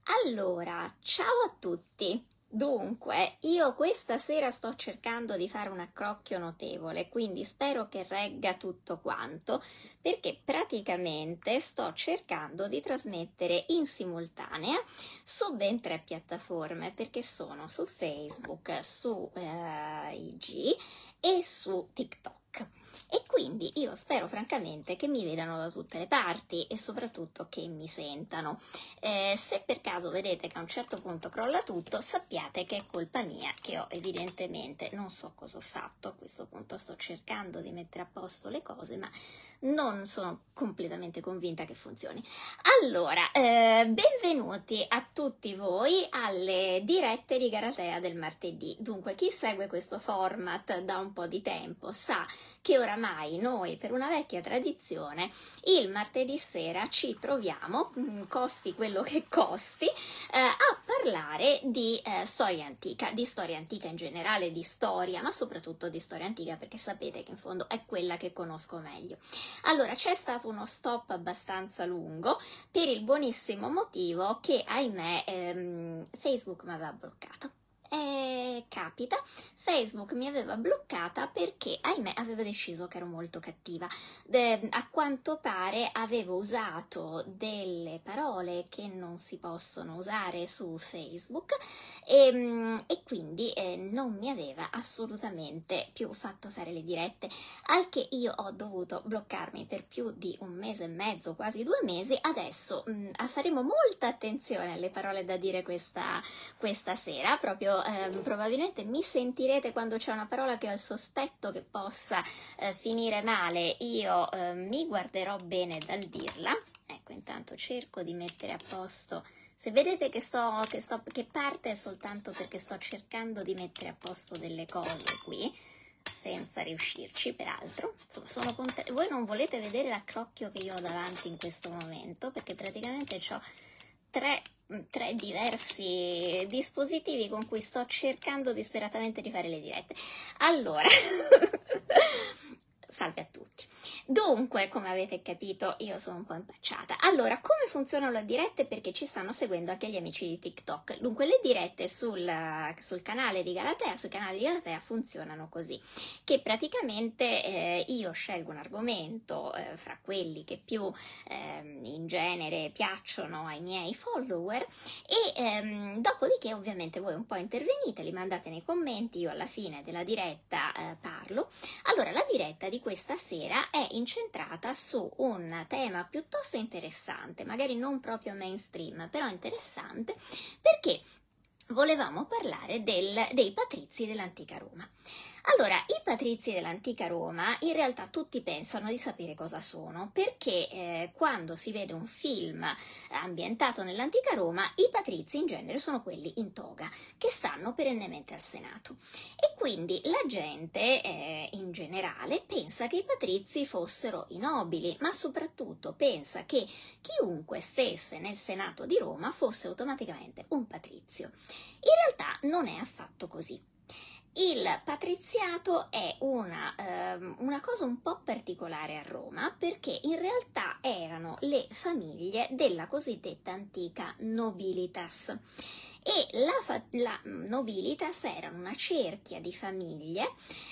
Allora, ciao a tutti! Dunque, io questa sera sto cercando di fare un accrocchio notevole, quindi spero che regga tutto quanto, perché praticamente sto cercando di trasmettere in simultanea su ben 3 piattaforme, perché sono su Facebook, su IG e su TikTok. E quindi io spero francamente che mi vedano da tutte le parti e soprattutto che mi sentano. Se per caso vedete che a un certo punto crolla tutto, sappiate che è colpa mia, che ho evidentemente non so cosa ho fatto. A questo punto sto cercando di mettere a posto le cose, ma non sono completamente convinta che funzioni. Allora, benvenuti a tutti voi alle dirette di Galatea del martedì. Dunque, chi segue questo format da un po' di tempo sa che oramai noi, per una vecchia tradizione, il martedì sera ci troviamo, costi quello che costi, a parlare di storia antica in generale, di storia, ma soprattutto di storia antica, perché sapete che in fondo è quella che conosco meglio. Allora, c'è stato uno stop abbastanza lungo per il buonissimo motivo che, ahimè, Facebook mi aveva bloccato. Capita, Facebook mi aveva bloccata perché, ahimè, avevo deciso che ero molto cattiva. A quanto pare avevo usato delle parole che non si possono usare su Facebook e quindi non mi aveva assolutamente più fatto fare le dirette, al che io ho dovuto bloccarmi per più di 1 mese e mezzo, quasi 2 mesi. Adesso faremo molta attenzione alle parole da dire questa sera, proprio probabilmente mi sentirete quando c'è una parola che ho il sospetto che possa finire male, io mi guarderò bene dal dirla. Ecco, intanto cerco di mettere a posto. Se vedete che parte è soltanto perché sto cercando di mettere a posto delle cose qui, senza riuscirci peraltro. Voi non volete vedere l'accrocchio che io ho davanti in questo momento, perché praticamente ho tre diversi dispositivi con cui sto cercando disperatamente di fare le dirette. Allora, salve a tutti. Dunque, come avete capito, io sono un po' impacciata. Allora, come funzionano le dirette? Perché ci stanno seguendo anche gli amici di TikTok. Dunque, le dirette sul canale di Galatea, sui canali di Galatea funzionano così, che praticamente io scelgo un argomento fra quelli che più in genere piacciono ai miei follower e dopodiché ovviamente voi un po' intervenite, li mandate nei commenti, io alla fine della diretta parlo. Allora, la diretta di questa sera è incentrata su un tema piuttosto interessante, magari non proprio mainstream, però interessante, perché volevamo parlare dei patrizi dell'antica Roma. Allora, i patrizi dell'antica Roma in realtà tutti pensano di sapere cosa sono, perché quando si vede un film ambientato nell'antica Roma, i patrizi in genere sono quelli in toga, che stanno perennemente al Senato. E quindi la gente in generale pensa che i patrizi fossero i nobili, ma soprattutto pensa che chiunque stesse nel Senato di Roma fosse automaticamente un patrizio. In realtà non è affatto così. Il patriziato è una cosa un po' particolare a Roma, perché in realtà erano le famiglie della cosiddetta antica nobilitas. E la nobilitas erano una cerchia di famiglie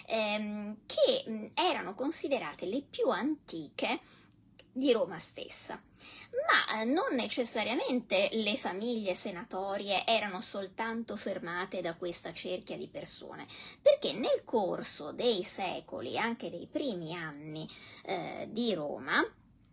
che erano considerate le più antiche di Roma stessa. Ma non necessariamente le famiglie senatorie erano soltanto fermate da questa cerchia di persone, perché nel corso dei secoli, anche dei primi anni di Roma,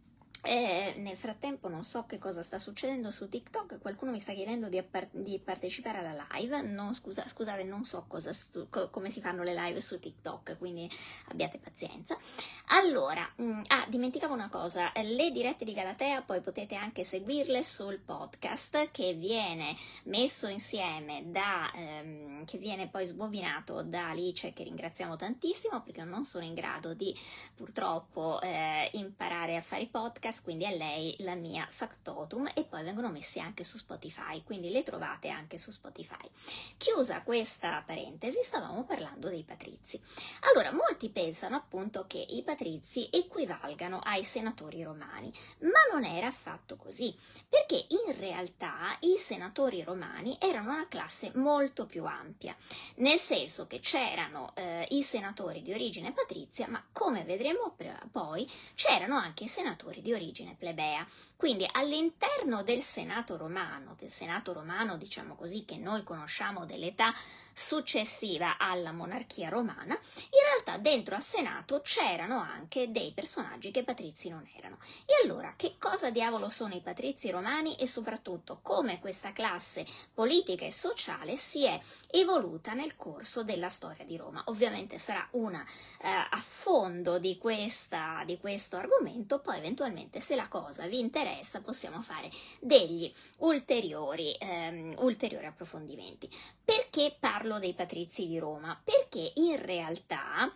nel frattempo non so che cosa sta succedendo su TikTok, qualcuno mi sta chiedendo di partecipare alla live, scusate, non so come si fanno le live su TikTok, quindi abbiate pazienza. Allora, dimenticavo una cosa, le dirette di Galatea poi potete anche seguirle sul podcast che viene messo insieme che viene poi sbobinato da Alice, che ringraziamo tantissimo, perché non sono in grado di purtroppo imparare a fare i podcast podcast, quindi è lei la mia factotum, e poi vengono messi anche su Spotify, quindi le trovate anche su Spotify. Chiusa questa parentesi, stavamo parlando dei patrizi. Allora, molti pensano appunto che i patrizi equivalgano ai senatori romani, ma non era affatto così, perché in realtà i senatori romani erano una classe molto più ampia, nel senso che c'erano i senatori di origine patrizia, ma come vedremo poi c'erano anche i senatori di origine plebea. Quindi all'interno del Senato romano diciamo così che noi conosciamo dell'età successiva alla monarchia romana, in realtà dentro al Senato c'erano anche dei personaggi che patrizi non erano. E allora che cosa diavolo sono i patrizi romani e soprattutto come questa classe politica e sociale si è evoluta nel corso della storia di Roma? Ovviamente sarà una affondo di questo argomento, poi eventualmente se la cosa vi interessa possiamo fare degli ulteriori approfondimenti. Perché parlo dei patrizi di Roma? Perché in realtà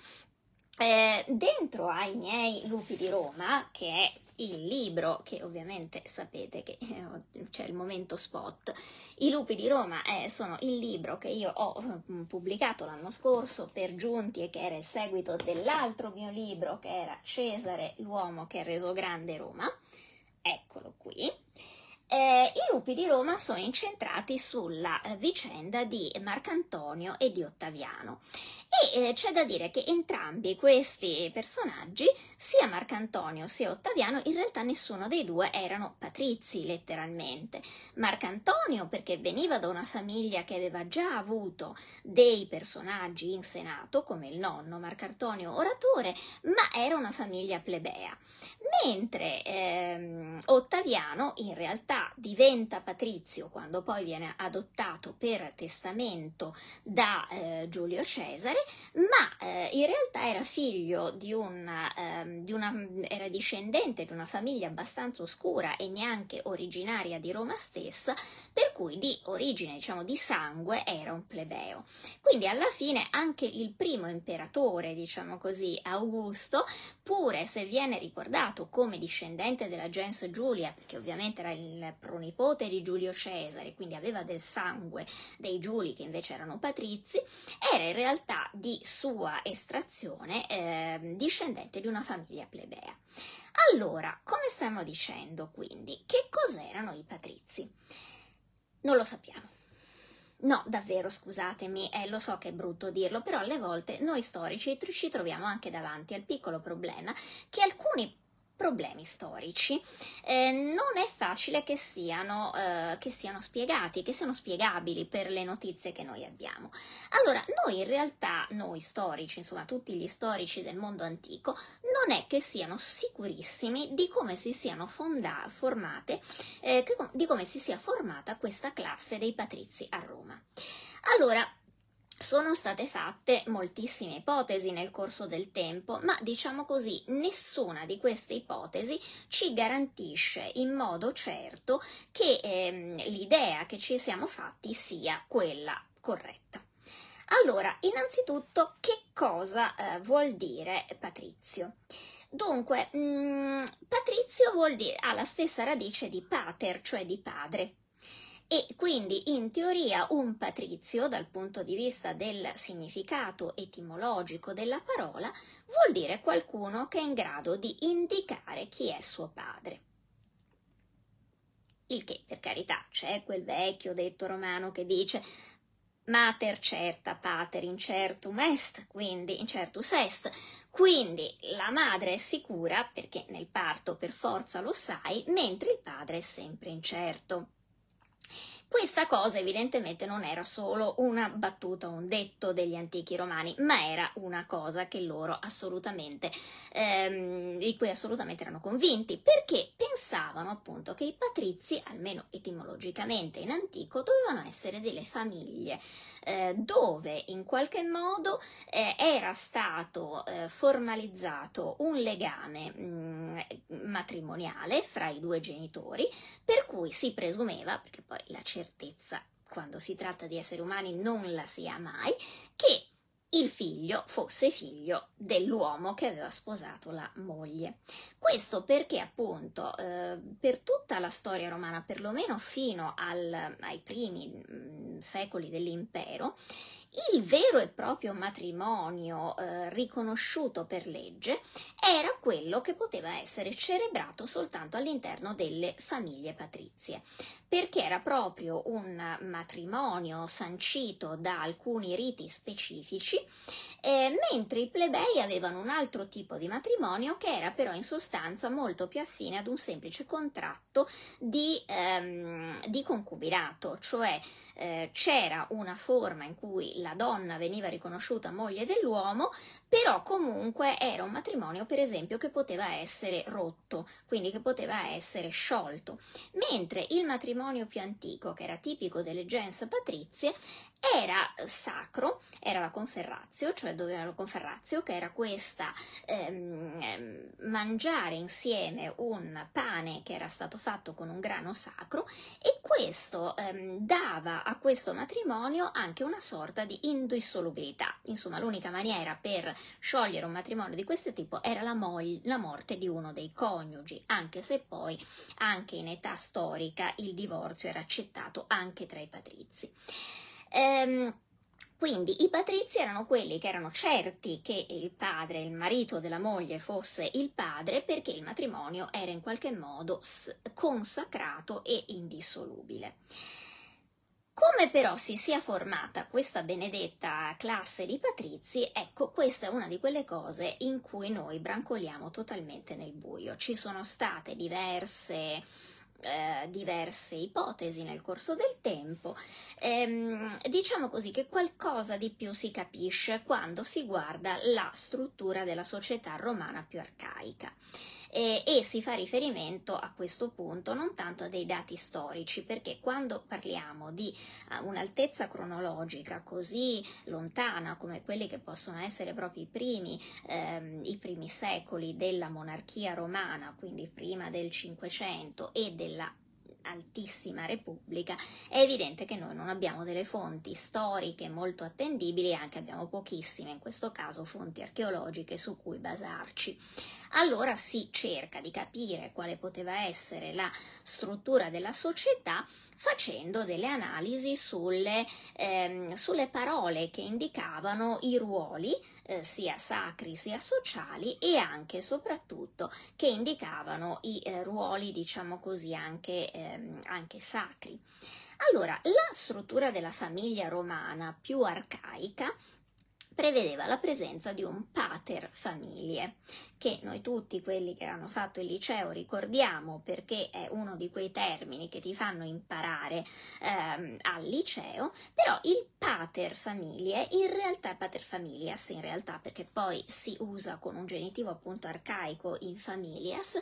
dentro ai miei lupi di Roma, che è il libro che ovviamente sapete che c'è il momento spot, i lupi di Roma sono il libro che io ho pubblicato l'anno scorso per Giunti e che era il seguito dell'altro mio libro che era Cesare, l'uomo che ha reso grande Roma. Eccolo qui. I lupi di Roma sono incentrati sulla vicenda di Marcantonio e di Ottaviano e c'è da dire che entrambi questi personaggi, sia Marcantonio sia Ottaviano, in realtà nessuno dei due erano patrizi letteralmente. Marcantonio perché veniva da una famiglia che aveva già avuto dei personaggi in Senato, come il nonno Marcantonio Oratore, ma era una famiglia plebea. Mentre Ottaviano in realtà diventa patrizio quando poi viene adottato per testamento da Giulio Cesare, ma in realtà era figlio era discendente di una famiglia abbastanza oscura e neanche originaria di Roma stessa, per cui di origine, diciamo, di sangue era un plebeo. Quindi alla fine anche il primo imperatore, diciamo così, Augusto, pure se viene ricordato come discendente della gens Giulia, perché ovviamente era il pronipote di Giulio Cesare, quindi aveva del sangue dei Giuli che invece erano patrizi, era in realtà di sua estrazione discendente di una famiglia plebea. Allora, come stiamo dicendo quindi, che cos'erano i patrizi? Non lo sappiamo. No, davvero, scusatemi, lo so che è brutto dirlo, però alle volte noi storici ci troviamo anche davanti al piccolo problema che alcuni problemi storici non è facile che siano spiegati, che siano spiegabili per le notizie che noi abbiamo. Allora, noi in realtà, noi storici, insomma tutti gli storici del mondo antico, non è che siano sicurissimi di come si siano formate, di come si sia formata questa classe dei patrizi a Roma. Allora, sono state fatte moltissime ipotesi nel corso del tempo, ma diciamo così, nessuna di queste ipotesi ci garantisce in modo certo che l'idea che ci siamo fatti sia quella corretta. Allora, innanzitutto, che cosa vuol dire patrizio? Dunque, patrizio ha la stessa radice di pater, cioè di padre. E quindi in teoria un patrizio, dal punto di vista del significato etimologico della parola, vuol dire qualcuno che è in grado di indicare chi è suo padre. Il che, per carità, c'è quel vecchio detto romano che dice mater certa, pater incertum est, quindi incertus est, quindi la madre è sicura perché nel parto per forza lo sai, mentre il padre è sempre incerto. Questa cosa evidentemente non era solo una battuta, un detto degli antichi romani, ma era una cosa che loro assolutamente, di cui assolutamente erano convinti, perché pensavano appunto che i patrizi, almeno etimologicamente in antico, dovevano essere delle famiglie dove in qualche modo era stato formalizzato un legame matrimoniale fra i due genitori, per cui si presumeva, perché poi la certezza quando si tratta di esseri umani non la si ha mai, che il figlio fosse figlio dell'uomo che aveva sposato la moglie. Questo perché appunto per tutta la storia romana, perlomeno fino ai primi secoli dell'impero, il vero e proprio matrimonio riconosciuto per legge era quello che poteva essere celebrato soltanto all'interno delle famiglie patrizie, perché era proprio un matrimonio sancito da alcuni riti specifici, mentre i plebei avevano un altro tipo di matrimonio che era però in sostanza molto più affine ad un semplice contratto di concubinato, cioè c'era una forma in cui la donna veniva riconosciuta moglie dell'uomo, però comunque era un matrimonio, per esempio, che poteva essere rotto, quindi che poteva essere sciolto, mentre il matrimonio più antico, che era tipico delle gens patrizie, era sacro, era la conferratio, cioè doveva la conferratio, che era questa mangiare insieme un pane che era stato fatto con un grano sacro, e questo dava a questo matrimonio anche una sorta di indissolubilità. Insomma, l'unica maniera per sciogliere un matrimonio di questo tipo era la morte di uno dei coniugi, anche se poi anche in età storica il divorzio era accettato anche tra i patrizi. Quindi i patrizi erano quelli che erano certi che il padre, il marito della moglie, fosse il padre, perché il matrimonio era in qualche modo consacrato e indissolubile. Come però si sia formata questa benedetta classe di patrizi, ecco, questa è una di quelle cose in cui noi brancoliamo totalmente nel buio. Ci sono state diverse ipotesi nel corso del tempo. Diciamo così che qualcosa di più si capisce quando si guarda la struttura della società romana più arcaica. E si fa riferimento a questo punto non tanto a dei dati storici, perché quando parliamo di un'altezza cronologica così lontana come quelli che possono essere proprio i primi secoli della monarchia romana, quindi prima del Cinquecento e della altissima repubblica, è evidente che noi non abbiamo delle fonti storiche molto attendibili e anche abbiamo pochissime, in questo caso, fonti archeologiche su cui basarci. Allora si cerca di capire quale poteva essere la struttura della società facendo delle analisi sulle parole che indicavano i ruoli sia sacri sia sociali, e anche e soprattutto che indicavano i ruoli, diciamo così, anche sacri. Allora, la struttura della famiglia romana più arcaica prevedeva la presenza di un pater familiae, che noi tutti quelli che hanno fatto il liceo ricordiamo, perché è uno di quei termini che ti fanno imparare al liceo. Però il pater familiae, in realtà pater familias, in realtà, perché poi si usa con un genitivo appunto arcaico in familias,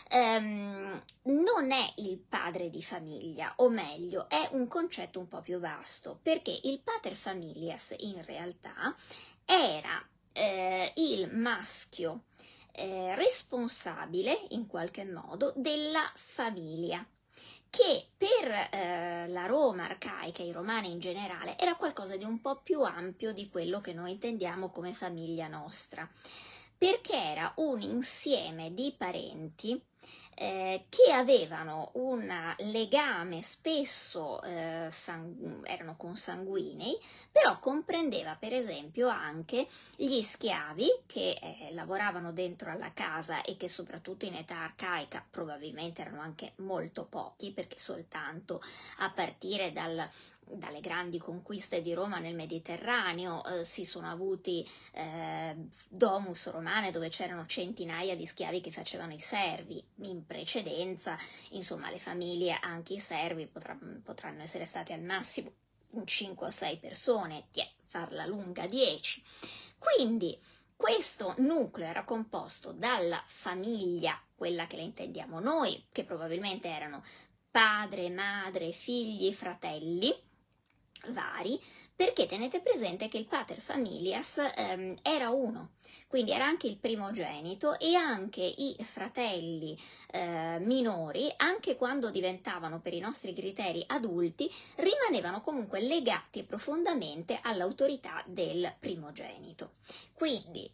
non è il padre di famiglia, o meglio, è un concetto un po' più vasto, perché il pater familias in realtà era il maschio responsabile in qualche modo della famiglia, che per la Roma arcaica e i romani in generale era qualcosa di un po' più ampio di quello che noi intendiamo come famiglia nostra, perché era un insieme di parenti che avevano un legame, spesso erano consanguinei, però comprendeva per esempio anche gli schiavi che lavoravano dentro alla casa e che soprattutto in età arcaica probabilmente erano anche molto pochi, perché soltanto a partire dalle grandi conquiste di Roma nel Mediterraneo si sono avuti domus romane dove c'erano centinaia di schiavi che facevano i servi. In precedenza, insomma, le famiglie, anche i servi, potranno essere state al massimo 5 o 6 persone, farla lunga 10. Quindi questo nucleo era composto dalla famiglia, quella che la intendiamo noi, che probabilmente erano padre, madre, figli, fratelli, vari, perché tenete presente che il pater familias era uno, quindi era anche il primogenito, e anche i fratelli minori, anche quando diventavano per i nostri criteri adulti, rimanevano comunque legati profondamente all'autorità del primogenito. Quindi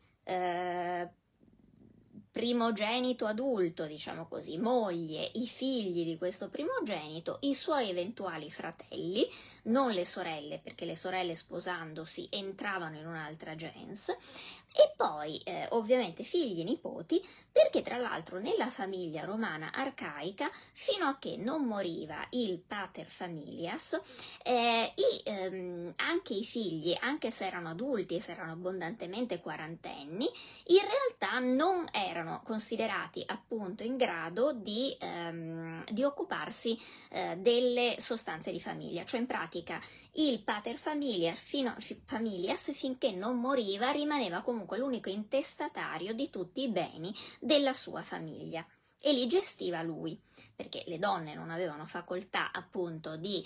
primogenito adulto, diciamo così, moglie, i figli di questo primogenito, i suoi eventuali fratelli, non le sorelle, perché le sorelle sposandosi entravano in un'altra gens, e poi ovviamente figli e nipoti, perché tra l'altro nella famiglia romana arcaica, fino a che non moriva il pater familias, anche i figli, anche se erano adulti e se erano abbondantemente quarantenni, in realtà non erano considerati appunto in grado di occuparsi delle sostanze di famiglia, cioè in pratica il pater familias finché non moriva rimaneva comunque l'unico intestatario di tutti i beni della sua famiglia. E li gestiva lui, perché le donne non avevano facoltà appunto di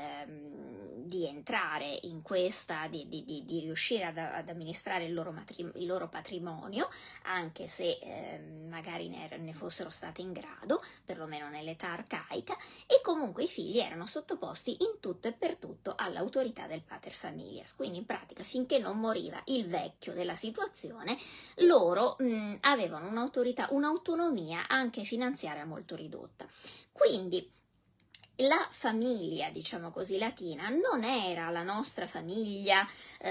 entrare in questa, di riuscire ad amministrare il loro patrimonio, anche se magari ne fossero state in grado, perlomeno nell'età arcaica, e comunque i figli erano sottoposti in tutto e per tutto all'autorità del pater familias. Quindi in pratica finché non moriva il vecchio della situazione, loro avevano un'autonomia anche finanziaria molto ridotta. Quindi la famiglia, diciamo così, latina non era la nostra famiglia,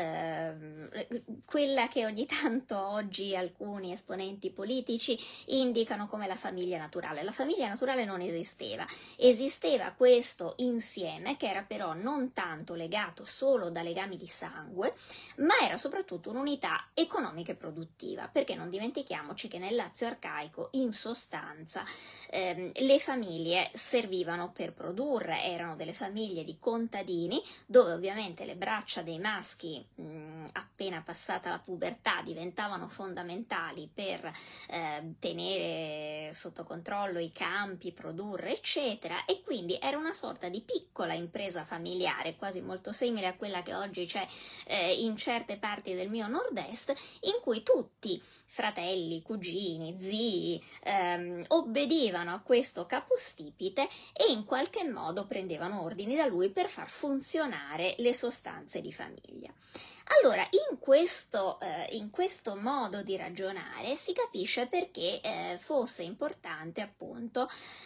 quella che ogni tanto oggi alcuni esponenti politici indicano come la famiglia naturale. La famiglia naturale non esisteva. Esisteva questo insieme che era però non tanto legato solo da legami di sangue, ma era soprattutto un'unità economica e produttiva, perché non dimentichiamoci che nel Lazio arcaico in sostanza le famiglie servivano per produrre, erano delle famiglie di contadini dove ovviamente le braccia dei maschi appena passata la pubertà diventavano fondamentali per tenere sotto controllo i campi, produrre eccetera, e quindi era una sorta di piccola impresa familiare, quasi molto simile a quella che oggi c'è in certe parti del mio nord-est, in cui tutti, fratelli, cugini, zii, obbedivano a questo capostipite e in qualche modo prendevano ordini da lui per far funzionare le sostanze di famiglia. Allora, in questo modo di ragionare si capisce perché fosse importante appunto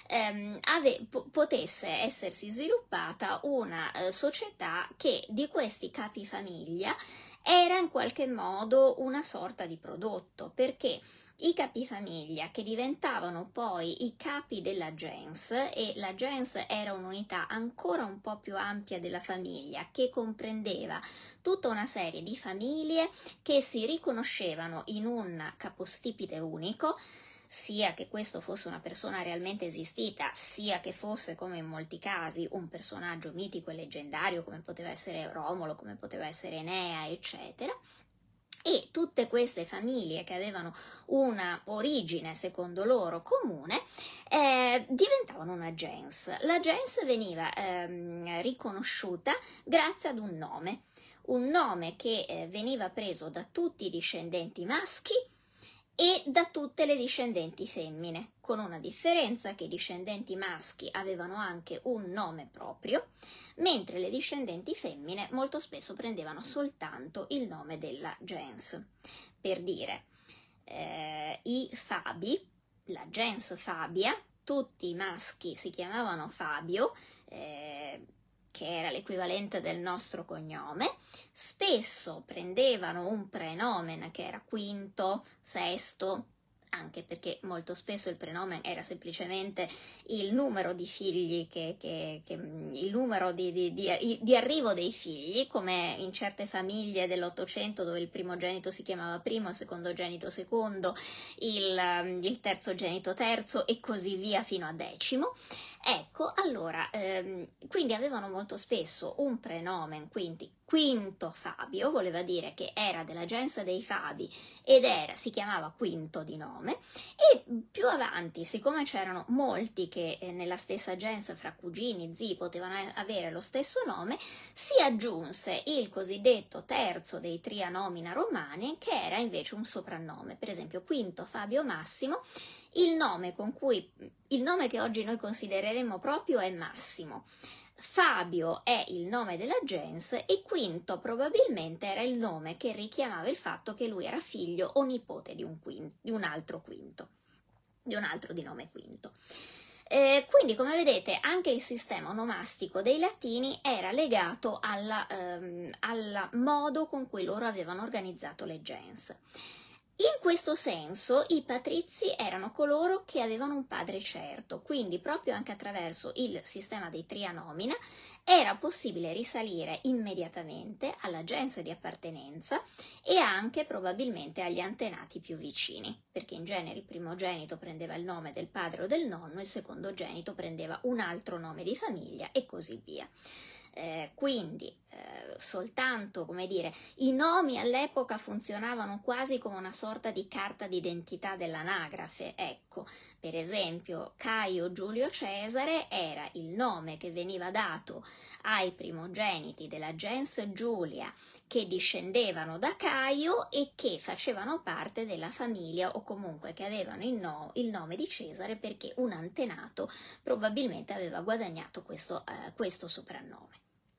potesse essersi sviluppata una società che di questi capifamiglia era in qualche modo una sorta di prodotto, perché i capifamiglia che diventavano poi i capi della gens, e la gens era un'unità ancora un po' più ampia della famiglia che comprendeva tutta una serie di famiglie che si riconoscevano in un capostipite unico, sia che questo fosse una persona realmente esistita, sia che fosse, come in molti casi, un personaggio mitico e leggendario come poteva essere Romolo, come poteva essere Enea, eccetera. E tutte queste famiglie che avevano una origine, secondo loro, comune, diventavano una gens. La gens veniva riconosciuta grazie ad un nome che veniva preso da tutti i discendenti maschi e da tutte le discendenti femmine, con una differenza che i discendenti maschi avevano anche un nome proprio, mentre le discendenti femmine molto spesso prendevano soltanto il nome della gens. Per dire, i Fabi, la gens Fabia, tutti i maschi si chiamavano Fabio, che era l'equivalente del nostro cognome, spesso prendevano un prenomen che era quinto, sesto, anche perché molto spesso il prenomen era semplicemente il numero di figli, il numero di arrivo dei figli, come in certe famiglie dell'Ottocento dove il primogenito si chiamava primo, il secondogenito secondo, il terzogenito terzo e così via fino a decimo. Ecco, allora, quindi avevano molto spesso un prenomen, quindi Quinto Fabio, voleva dire che era della gens dei Fabi ed si chiamava Quinto di nome, e più avanti, siccome c'erano molti che nella stessa gens fra cugini, zii, potevano avere lo stesso nome, si aggiunse il cosiddetto terzo dei tria nomina romani, che era invece un soprannome. Per esempio Quinto Fabio Massimo, il nome che oggi noi considereremo proprio è Massimo. Fabio è il nome della gens e Quinto probabilmente era il nome che richiamava il fatto che lui era figlio o nipote di un altro di nome Quinto. Quindi, come vedete, anche il sistema onomastico dei Latini era legato al modo con cui loro avevano organizzato le gens. In questo senso i patrizi erano coloro che avevano un padre certo, quindi proprio anche attraverso il sistema dei tria nomina era possibile risalire immediatamente alla gens di appartenenza e anche probabilmente agli antenati più vicini, perché in genere il primogenito prendeva il nome del padre o del nonno, il secondogenito prendeva un altro nome di famiglia e così via. Quindi soltanto, come dire, i nomi all'epoca funzionavano quasi come una sorta di carta d'identità dell'anagrafe. Ecco, per esempio Caio Giulio Cesare era il nome che veniva dato ai primogeniti della gens Giulia che discendevano da Caio e che facevano parte della famiglia o comunque che avevano il nome di Cesare, perché un antenato probabilmente aveva guadagnato questo soprannome.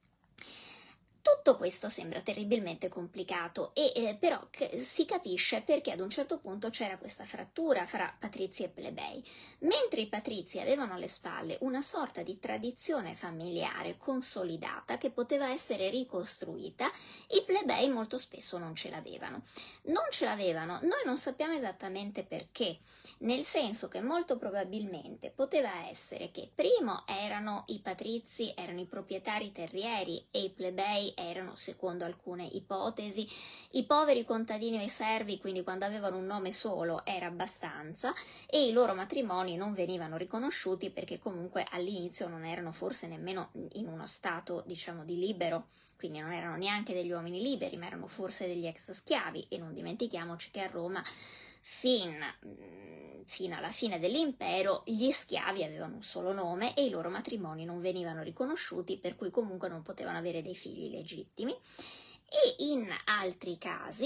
Tutto questo sembra terribilmente complicato però si capisce perché ad un certo punto c'era questa frattura fra patrizi e plebei. Mentre i patrizi avevano alle spalle una sorta di tradizione familiare consolidata che poteva essere ricostruita, i plebei molto spesso non ce l'avevano. Noi non sappiamo esattamente perché, nel senso che molto probabilmente poteva essere che primo erano i patrizi, erano i proprietari terrieri e i plebei erano, secondo alcune ipotesi, i poveri contadini o i servi, quindi quando avevano un nome solo era abbastanza, e i loro matrimoni non venivano riconosciuti perché comunque all'inizio non erano forse nemmeno in uno stato, diciamo, di libero, quindi non erano neanche degli uomini liberi, ma erano forse degli ex schiavi, e non dimentichiamoci che a Roma fino alla fine dell'impero gli schiavi avevano un solo nome e i loro matrimoni non venivano riconosciuti, per cui comunque non potevano avere dei figli legittimi. E in altri casi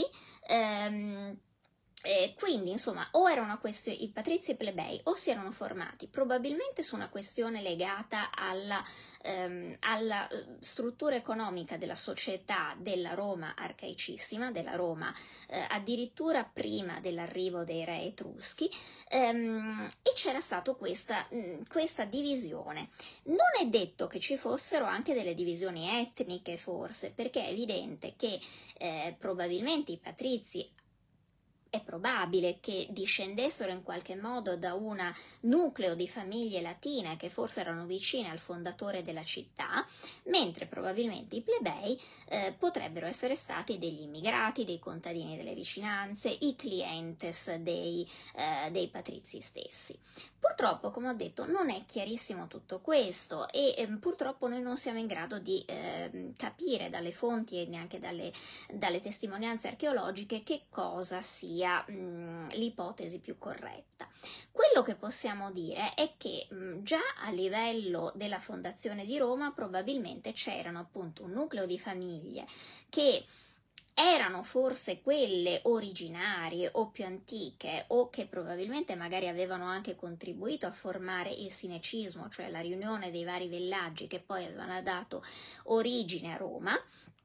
quindi insomma o era una questione, i patrizi e plebei o si erano formati probabilmente su una questione legata alla struttura economica della società della Roma arcaicissima, della Roma addirittura prima dell'arrivo dei re etruschi, e c'era stata questa divisione. Non è detto che ci fossero anche delle divisioni etniche forse, perché è evidente che probabilmente i patrizi è probabile che discendessero in qualche modo da un nucleo di famiglie latine che forse erano vicine al fondatore della città, mentre probabilmente i plebei potrebbero essere stati degli immigrati, dei contadini delle vicinanze, i clientes dei patrizi stessi. Purtroppo, come ho detto, non è chiarissimo tutto questo e purtroppo noi non siamo in grado di capire dalle fonti e neanche dalle testimonianze archeologiche che cosa sia l'ipotesi più corretta. Quello che possiamo dire è che già a livello della fondazione di Roma probabilmente c'erano appunto un nucleo di famiglie che erano forse quelle originarie o più antiche o che probabilmente magari avevano anche contribuito a formare il sinecismo, cioè la riunione dei vari villaggi che poi avevano dato origine a Roma,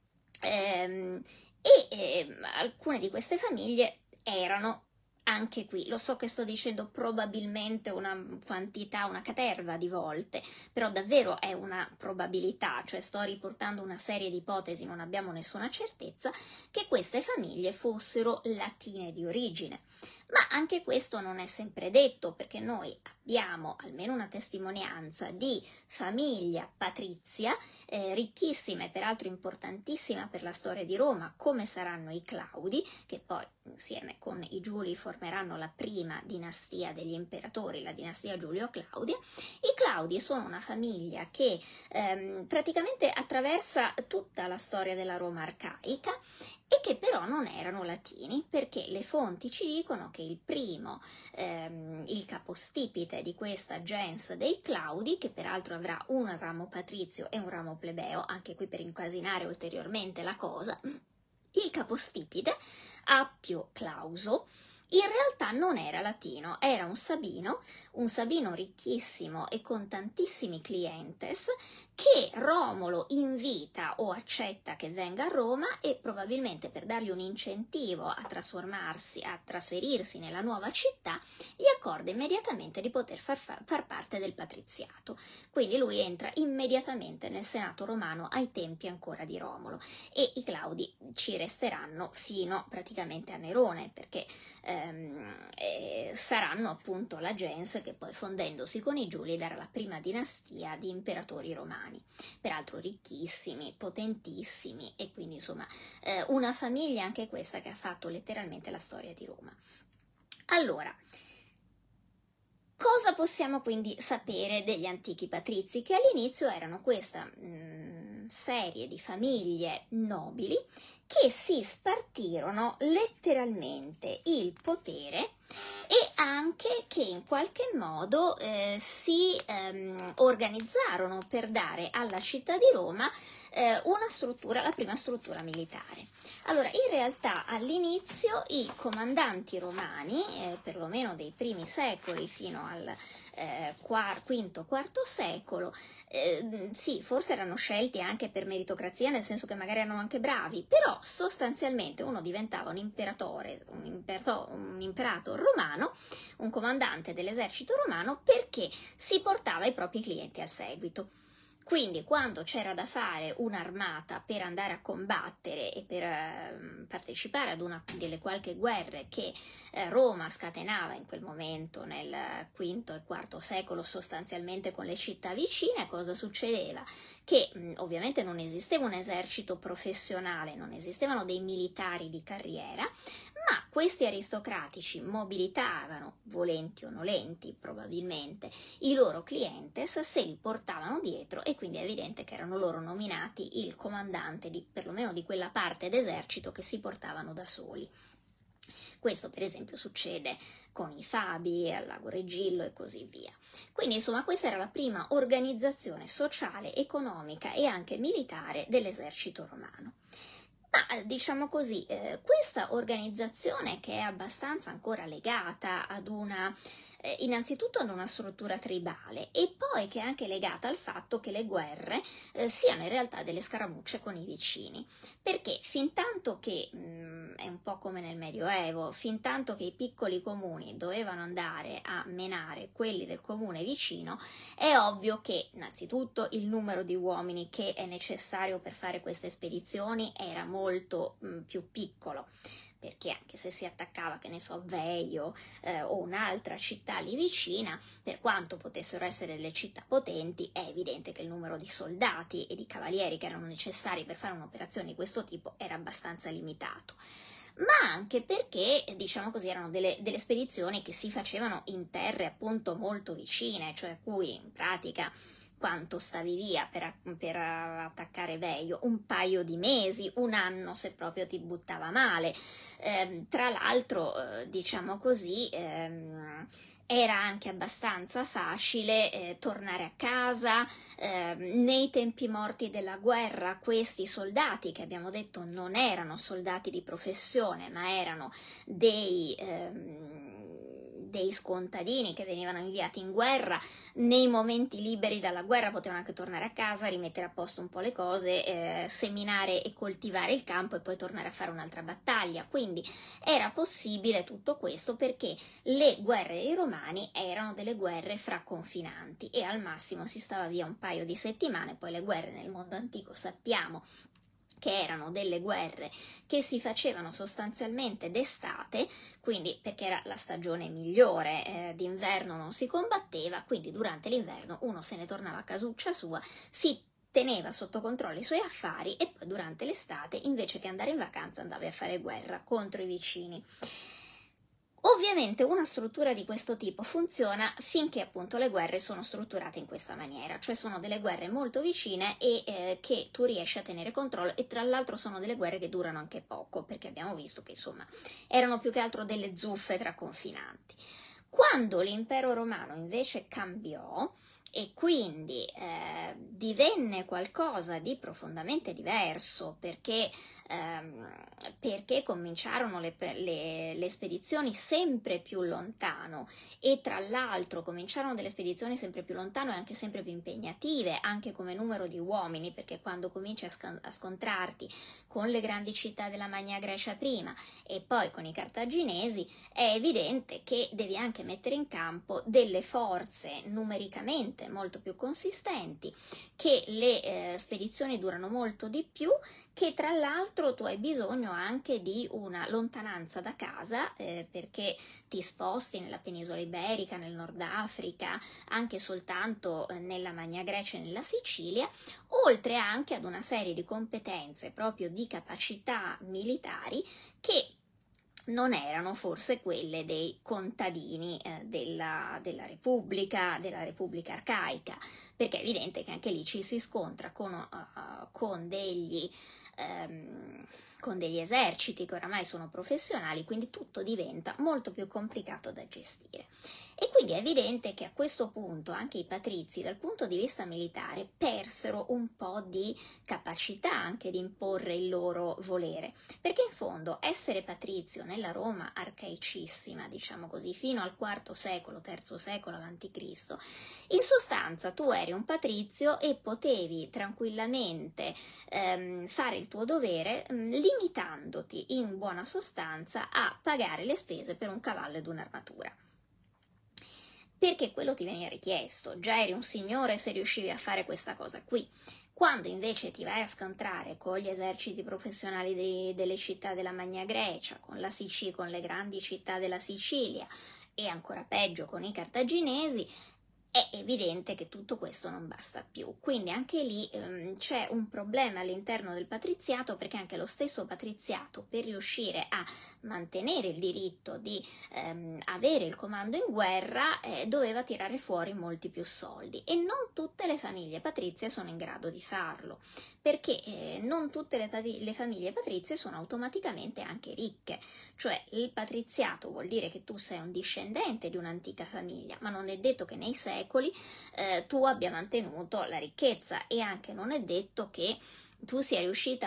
alcune di queste famiglie erano anche qui, lo so che sto dicendo probabilmente una quantità, una caterva di volte, però davvero è una probabilità, cioè sto riportando una serie di ipotesi, non abbiamo nessuna certezza, che queste famiglie fossero latine di origine. Ma anche questo non è sempre detto, perché noi abbiamo almeno una testimonianza di famiglia patrizia, ricchissima e peraltro importantissima per la storia di Roma, come saranno i Claudi, che poi insieme con i Giuli formeranno la prima dinastia degli imperatori, la dinastia Giulio-Claudia. I Claudi sono una famiglia che praticamente attraversa tutta la storia della Roma arcaica e che però non erano latini, perché le fonti ci dicono che il primo, il capostipite di questa gens dei Claudi, che peraltro avrà un ramo patrizio e un ramo plebeo, anche qui per incasinare ulteriormente la cosa, il capostipite, Appio Clauso, in realtà non era latino, era un sabino ricchissimo e con tantissimi clientes, che Romolo invita o accetta che venga a Roma e probabilmente per dargli un incentivo a trasferirsi nella nuova città, gli accorda immediatamente di poter far parte del patriziato. Quindi lui entra immediatamente nel Senato romano ai tempi ancora di Romolo, e i Claudi ci resteranno fino praticamente a Nerone, perché saranno appunto la gens che poi, fondendosi con i Giuli, darà la prima dinastia di imperatori romani, peraltro ricchissimi, potentissimi, e quindi insomma una famiglia anche questa che ha fatto letteralmente la storia di Roma. Allora, cosa possiamo quindi sapere degli antichi patrizi? Che all'inizio erano questa serie di famiglie nobili che si spartirono letteralmente il potere, e anche che in qualche modo si organizzarono per dare alla città di Roma una struttura, la prima struttura militare. Allora, in realtà all'inizio i comandanti romani, perlomeno dei primi secoli fino al V-IV secolo, sì, forse erano scelti anche per meritocrazia, nel senso che magari erano anche bravi, però sostanzialmente uno diventava un imperatore, un imperator romano, un comandante dell'esercito romano, perché si portava i propri clienti al seguito. Quindi quando c'era da fare un'armata per andare a combattere e per partecipare ad una delle qualche guerre che Roma scatenava in quel momento nel V e IV secolo, sostanzialmente con le città vicine, cosa succedeva? Che ovviamente non esisteva un esercito professionale, non esistevano dei militari di carriera, ma questi aristocratici mobilitavano, volenti o nolenti probabilmente, i loro clientes, se li portavano dietro, e quindi è evidente che erano loro nominati il comandante perlomeno di quella parte d'esercito che si portavano da soli. Questo per esempio succede con i Fabi, al Lago Regillo e così via. Quindi insomma questa era la prima organizzazione sociale, economica e anche militare dell'esercito romano. Ma diciamo così, questa organizzazione, che è abbastanza ancora legata ad innanzitutto ad una struttura tribale, e poi che è anche legata al fatto che le guerre siano in realtà delle scaramucce con i vicini, perché fintanto che, è un po' come nel Medioevo, fintanto che i piccoli comuni dovevano andare a menare quelli del comune vicino, è ovvio che innanzitutto il numero di uomini che è necessario per fare queste spedizioni era molto più piccolo, perché anche se si attaccava, che ne so, Veio o un'altra città lì vicina, per quanto potessero essere delle città potenti, è evidente che il numero di soldati e di cavalieri che erano necessari per fare un'operazione di questo tipo era abbastanza limitato. Ma anche perché, diciamo così, erano delle spedizioni che si facevano in terre appunto molto vicine, cioè cui in pratica quanto stavi via per attaccare Veio? Un paio di mesi, un anno se proprio ti buttava male. Tra l'altro, diciamo così, era anche abbastanza facile tornare a casa. Nei tempi morti della guerra questi soldati, che abbiamo detto non erano soldati di professione, ma erano dei scontadini che venivano inviati in guerra, nei momenti liberi dalla guerra potevano anche tornare a casa, rimettere a posto un po' le cose, seminare e coltivare il campo e poi tornare a fare un'altra battaglia. Quindi era possibile tutto questo perché le guerre dei romani erano delle guerre fra confinanti e al massimo si stava via un paio di settimane. Poi le guerre nel mondo antico sappiamo che erano delle guerre che si facevano sostanzialmente d'estate, quindi perché era la stagione migliore, d'inverno non si combatteva, quindi durante l'inverno uno se ne tornava a casuccia sua, si teneva sotto controllo i suoi affari e poi durante l'estate, invece che andare in vacanza, andava a fare guerra contro i vicini. Ovviamente una struttura di questo tipo funziona finché appunto le guerre sono strutturate in questa maniera, cioè sono delle guerre molto vicine e che tu riesci a tenere controllo, e tra l'altro sono delle guerre che durano anche poco, perché abbiamo visto che insomma erano più che altro delle zuffe tra confinanti. Quando l'impero romano invece cambiò e quindi divenne qualcosa di profondamente diverso, perché cominciarono le spedizioni sempre più lontano, e tra l'altro cominciarono delle spedizioni sempre più lontano e anche sempre più impegnative, anche come numero di uomini, perché quando cominci a scontrarti con le grandi città della Magna Grecia prima e poi con i cartaginesi, è evidente che devi anche mettere in campo delle forze numericamente molto più consistenti, che le spedizioni durano molto di più, che tra l'altro tu hai bisogno anche di una lontananza da casa, perché ti sposti nella penisola iberica, nel Nord Africa, anche soltanto nella Magna Grecia e nella Sicilia, oltre anche ad una serie di competenze proprio di capacità militari che non erano forse quelle dei contadini della Repubblica arcaica, perché è evidente che anche lì ci si scontra con ehm, con degli eserciti che oramai sono professionali, quindi tutto diventa molto più complicato da gestire. E quindi è evidente che a questo punto anche i patrizi, dal punto di vista militare, persero un po' di capacità anche di imporre il loro volere, perché in fondo essere patrizio nella Roma arcaicissima, diciamo così, fino al IV secolo, III secolo a.C., in sostanza tu eri un patrizio e potevi tranquillamente fare il tuo dovere, limitandoti in buona sostanza a pagare le spese per un cavallo ed un'armatura. Perché quello ti veniva richiesto, già eri un signore se riuscivi a fare questa cosa qui. Quando invece ti vai a scontrare con gli eserciti professionali delle città della Magna Grecia, con con le grandi città della Sicilia e ancora peggio con i cartaginesi, è evidente che tutto questo non basta più. Quindi anche lì c'è un problema all'interno del patriziato, perché anche lo stesso patriziato, per riuscire a mantenere il diritto di avere il comando in guerra, doveva tirare fuori molti più soldi, e non tutte le famiglie patrizie sono in grado di farlo, perché non tutte le famiglie patrizie sono automaticamente anche ricche. Cioè il patriziato vuol dire che tu sei un discendente di un'antica famiglia, ma non è detto che nei secoli tu abbia mantenuto la ricchezza, e anche non è detto che tu sia riuscito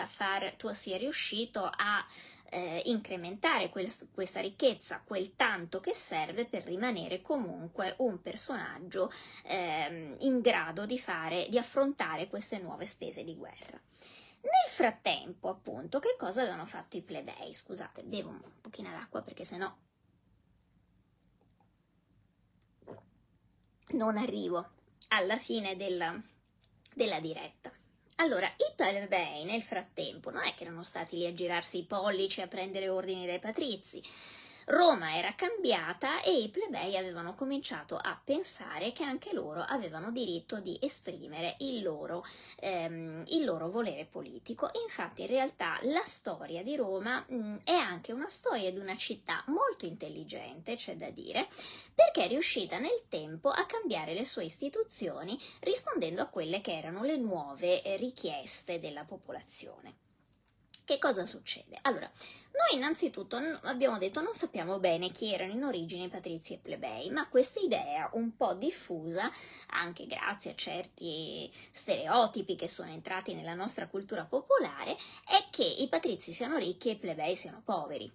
a incrementare questa ricchezza, quel tanto che serve per rimanere comunque un personaggio in grado di affrontare queste nuove spese di guerra. Nel frattempo, appunto, che cosa avevano fatto i plebei? Scusate, bevo un pochino d'acqua perché sennò non arrivo alla fine della diretta. Allora, i plebei nel frattempo non è che erano stati lì a girarsi i pollici, a prendere ordini dai patrizi. Roma era cambiata e i plebei avevano cominciato a pensare che anche loro avevano diritto di esprimere il loro volere politico. Infatti, in realtà, la storia di Roma è anche una storia di una città molto intelligente, c'è da dire, perché è riuscita nel tempo a cambiare le sue istituzioni rispondendo a quelle che erano le nuove richieste della popolazione. Che cosa succede? Allora, noi innanzitutto abbiamo detto non sappiamo bene chi erano in origine i patrizi e plebei, ma questa idea un po' diffusa, anche grazie a certi stereotipi che sono entrati nella nostra cultura popolare, è che i patrizi siano ricchi e i plebei siano poveri.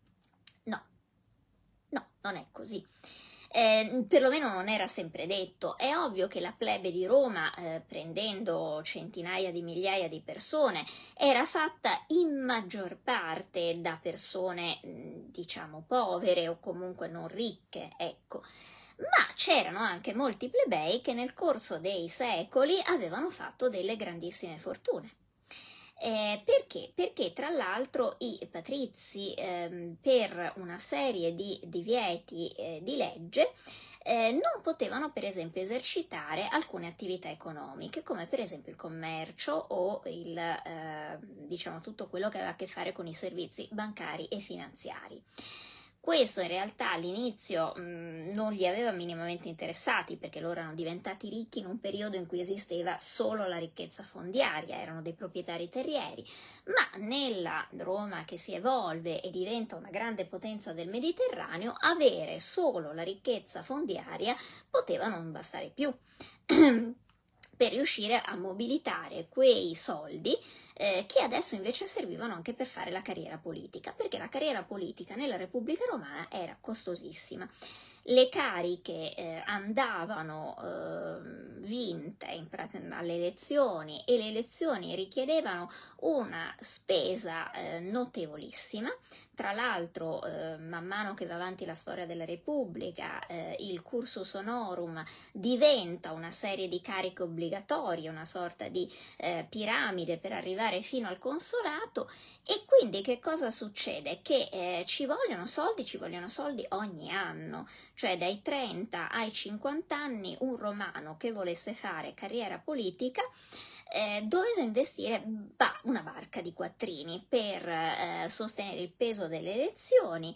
No, non è così. Perlomeno non era sempre detto. È ovvio che la plebe di Roma, prendendo centinaia di migliaia di persone, era fatta in maggior parte da persone, diciamo, povere o comunque non ricche, ecco. Ma c'erano anche molti plebei che nel corso dei secoli avevano fatto delle grandissime fortune. Perché? Perché tra l'altro i patrizi, per una serie di divieti di legge, non potevano per esempio esercitare alcune attività economiche, come per esempio il commercio o diciamo tutto quello che aveva a che fare con i servizi bancari e finanziari. Questo in realtà all'inizio non li aveva minimamente interessati, perché loro erano diventati ricchi in un periodo in cui esisteva solo la ricchezza fondiaria, erano dei proprietari terrieri, ma nella Roma che si evolve e diventa una grande potenza del Mediterraneo, avere solo la ricchezza fondiaria poteva non bastare più. Per riuscire a mobilitare quei soldi che adesso invece servivano anche per fare la carriera politica, perché la carriera politica nella Repubblica Romana era costosissima. Le cariche andavano vinte alle elezioni e le elezioni richiedevano una spesa notevolissima. Tra l'altro, man mano che va avanti la storia della Repubblica, il cursus honorum diventa una serie di cariche obbligatorie, una sorta di piramide per arrivare fino al consolato, e quindi che cosa succede? Che ci vogliono soldi ogni anno, cioè dai 30 ai 50 anni un romano che volesse fare carriera politica doveva investire una barca di quattrini per sostenere il peso delle elezioni,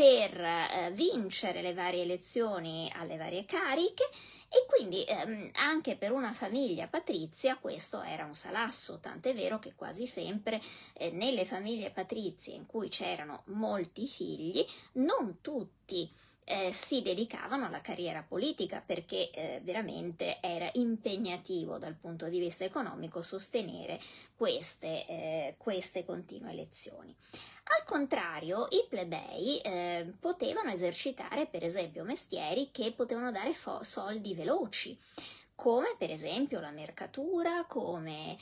per vincere le varie elezioni alle varie cariche, e quindi anche per una famiglia patrizia questo era un salasso, tant'è vero che quasi sempre nelle famiglie patrizie in cui c'erano molti figli, non tutti si dedicavano alla carriera politica, perché veramente era impegnativo dal punto di vista economico sostenere queste continue elezioni. Al contrario, i plebei potevano esercitare per esempio mestieri che potevano dare soldi veloci, come per esempio la mercatura, come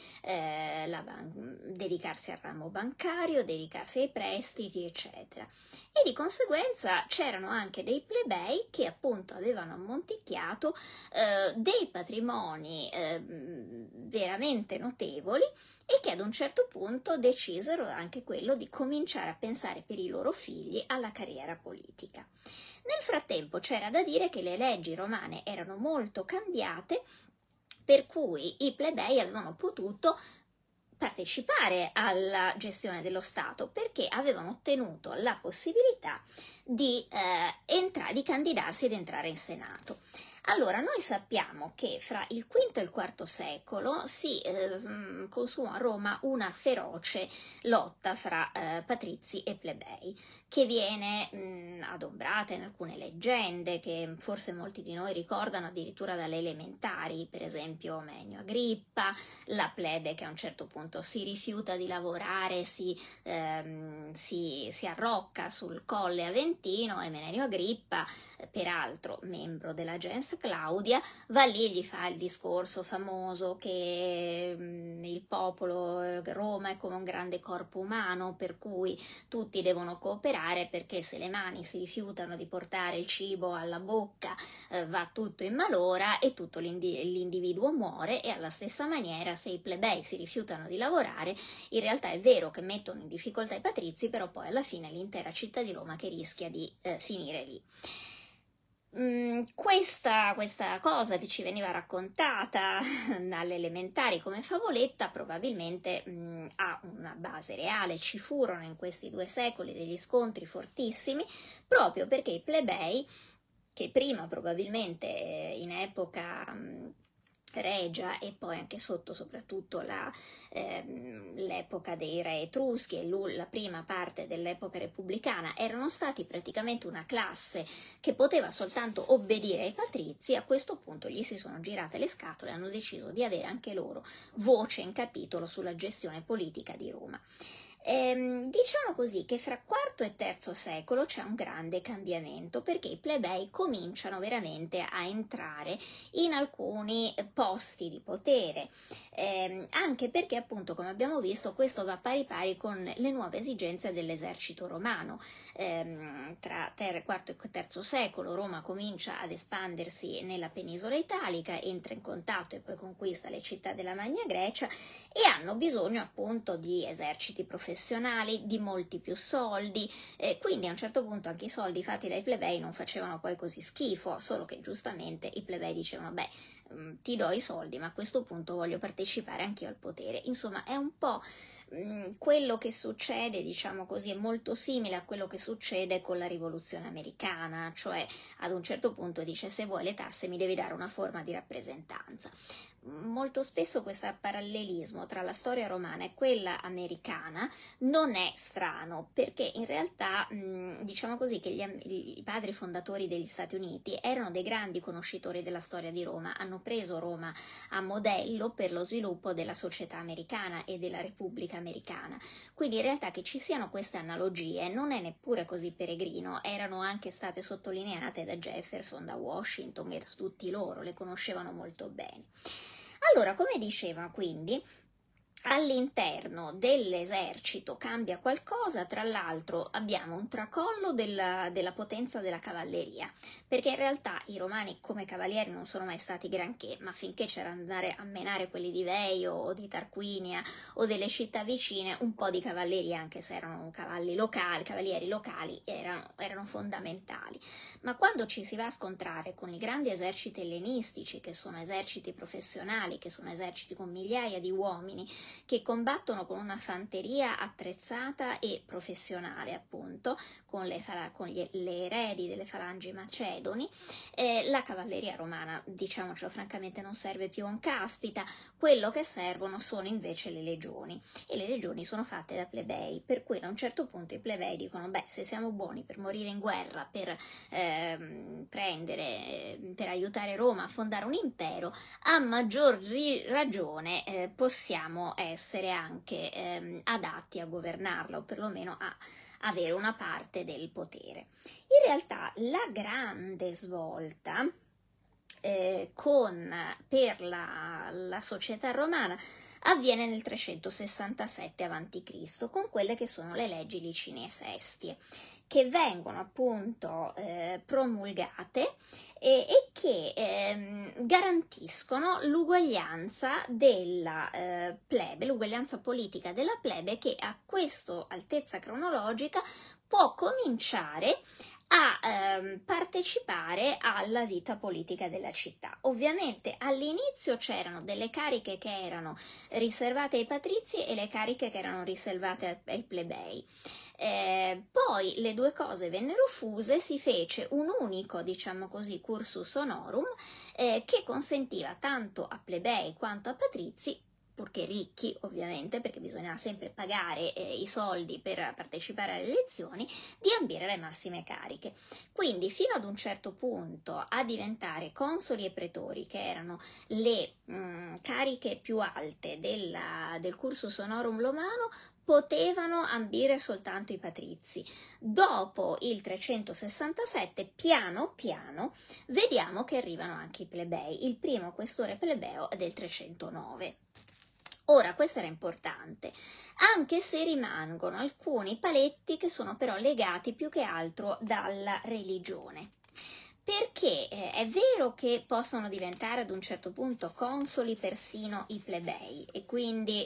dedicarsi al ramo bancario, dedicarsi ai prestiti, eccetera. E di conseguenza c'erano anche dei plebei che appunto avevano ammonticchiato dei patrimoni veramente notevoli, e che ad un certo punto decisero anche quello di cominciare a pensare per i loro figli alla carriera politica. Nel frattempo c'era da dire che le leggi romane erano molto cambiate, per cui i plebei avevano potuto partecipare alla gestione dello Stato, perché avevano ottenuto la possibilità di candidarsi ed entrare in Senato. Allora, noi sappiamo che fra il V e il IV secolo si consuma a Roma una feroce lotta fra patrizi e plebei, che viene adombrata in alcune leggende, che forse molti di noi ricordano addirittura dalle elementari, per esempio Menio Agrippa, la plebe che a un certo punto si rifiuta di lavorare, si arrocca sul Colle Aventino, e Menio Agrippa, peraltro membro della gens Claudia, va lì e gli fa il discorso famoso che il popolo, Roma è come un grande corpo umano, per cui tutti devono cooperare, perché se le mani si rifiutano di portare il cibo alla bocca va tutto in malora e tutto l'individuo muore, e alla stessa maniera se i plebei si rifiutano di lavorare, in realtà è vero che mettono in difficoltà i patrizi, però poi alla fine è l'intera città di Roma che rischia di finire lì. Questa cosa che ci veniva raccontata alle elementari come favoletta probabilmente ha una base reale. Ci furono in questi 2 secoli degli scontri fortissimi, proprio perché i plebei, che prima probabilmente in epoca regia e poi anche sotto soprattutto l'epoca dei re etruschi e la prima parte dell'epoca repubblicana, erano stati praticamente una classe che poteva soltanto obbedire ai patrizi. A questo punto gli si sono girate le scatole e hanno deciso di avere anche loro voce in capitolo sulla gestione politica di Roma. Diciamo così che fra IV e III secolo c'è un grande cambiamento, perché i plebei cominciano veramente a entrare in alcuni posti di potere, anche perché appunto, come abbiamo visto, questo va pari pari con le nuove esigenze dell'esercito romano. Tra IV e III secolo Roma comincia ad espandersi nella penisola italica, entra in contatto e poi conquista le città della Magna Grecia, e hanno bisogno appunto di eserciti professionali professionali, di molti più soldi, quindi a un certo punto anche i soldi fatti dai plebei non facevano poi così schifo, solo che giustamente i plebei dicevano beh, ti do i soldi ma a questo punto voglio partecipare anch'io al potere. Insomma è un po' quello che succede, diciamo così, è molto simile a quello che succede con la rivoluzione americana, cioè ad un certo punto dice se vuoi le tasse mi devi dare una forma di rappresentanza. Molto spesso questo parallelismo tra la storia romana e quella americana non è strano, perché in realtà diciamo così che i padri fondatori degli Stati Uniti erano dei grandi conoscitori della storia di Roma, hanno preso Roma a modello per lo sviluppo della società americana e della Repubblica americana. Quindi in realtà che ci siano queste analogie non è neppure così peregrino, erano anche state sottolineate da Jefferson, da Washington e tutti loro, le conoscevano molto bene. Allora, come diceva quindi, all'interno dell'esercito cambia qualcosa, tra l'altro abbiamo un tracollo della potenza della cavalleria, perché in realtà i romani come cavalieri non sono mai stati granché, ma finché c'era andare a menare quelli di Veio o di Tarquinia o delle città vicine, un po' di cavalleria, anche se erano cavalieri locali, erano fondamentali. Ma quando ci si va a scontrare con i grandi eserciti ellenistici, che sono eserciti professionali, che sono eserciti con migliaia di uomini, che combattono con una fanteria attrezzata e professionale, appunto, con le eredi delle falangi macedoni, la cavalleria romana, diciamocelo francamente, non serve più a un caspita. Quello che servono sono invece le legioni, e le legioni sono fatte da plebei, per cui a un certo punto i plebei dicono beh, se siamo buoni per morire in guerra, per per aiutare Roma a fondare un impero, a maggior ragione possiamo essere anche adatti a governarla, o perlomeno a avere una parte del potere. In realtà la grande svolta per la società romana avviene nel 367 a.C. con quelle che sono le leggi Licini Sestie, che vengono appunto promulgate e che garantiscono l'uguaglianza della plebe, l'uguaglianza politica della plebe, che a questa altezza cronologica può cominciare a partecipare alla vita politica della città. Ovviamente all'inizio c'erano delle cariche che erano riservate ai patrizi e le cariche che erano riservate ai plebei. Poi le due cose vennero fuse, si fece un unico, diciamo così, cursus honorum che consentiva tanto a plebei quanto a patrizi, purché ricchi ovviamente, perché bisognava sempre pagare i soldi per partecipare alle elezioni, di ambire le massime cariche. Quindi fino ad un certo punto a diventare consoli e pretori, che erano le cariche più alte del cursus honorum romano, potevano ambire soltanto i patrizi. Dopo il 367, piano piano, vediamo che arrivano anche i plebei. Il primo questore plebeo è del 309. Ora, questo era importante, anche se rimangono alcuni paletti che sono però legati più che altro dalla religione. Perché è vero che possono diventare ad un certo punto consoli persino i plebei e quindi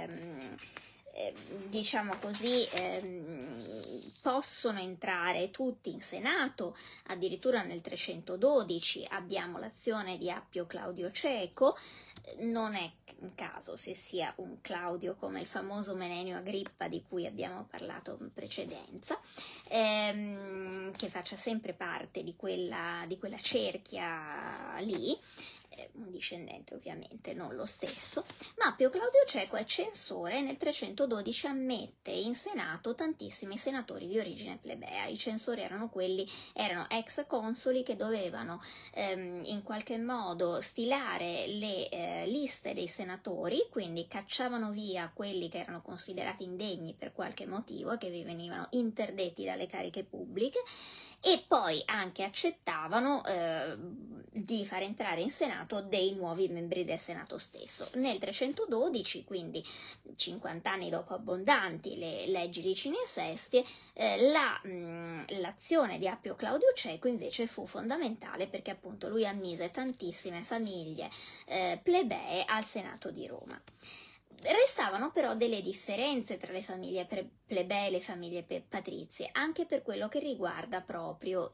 diciamo così possono entrare tutti in Senato. Addirittura nel 312 abbiamo l'azione di Appio Claudio Cieco. Non è un caso se sia un Claudio come il famoso Menenio Agrippa di cui abbiamo parlato in precedenza, che faccia sempre parte di quella cerchia lì, un discendente ovviamente, non lo stesso, ma Appio Claudio Cieco è censore e nel 312 ammette in Senato tantissimi senatori di origine plebea. I censori erano ex consoli che dovevano in qualche modo stilare le liste dei senatori, quindi cacciavano via quelli che erano considerati indegni per qualche motivo e che vi venivano interdetti dalle cariche pubbliche, e poi anche accettavano di far entrare in Senato dei nuovi membri del Senato stesso. Nel 312, quindi 50 anni dopo abbondanti le leggi Licini e Sestie, l'azione di Appio Claudio Cieco invece fu fondamentale, perché appunto lui ammise tantissime famiglie plebee al Senato di Roma. Restavano però delle differenze tra le famiglie plebee e le famiglie patrizie, anche per quello che riguarda proprio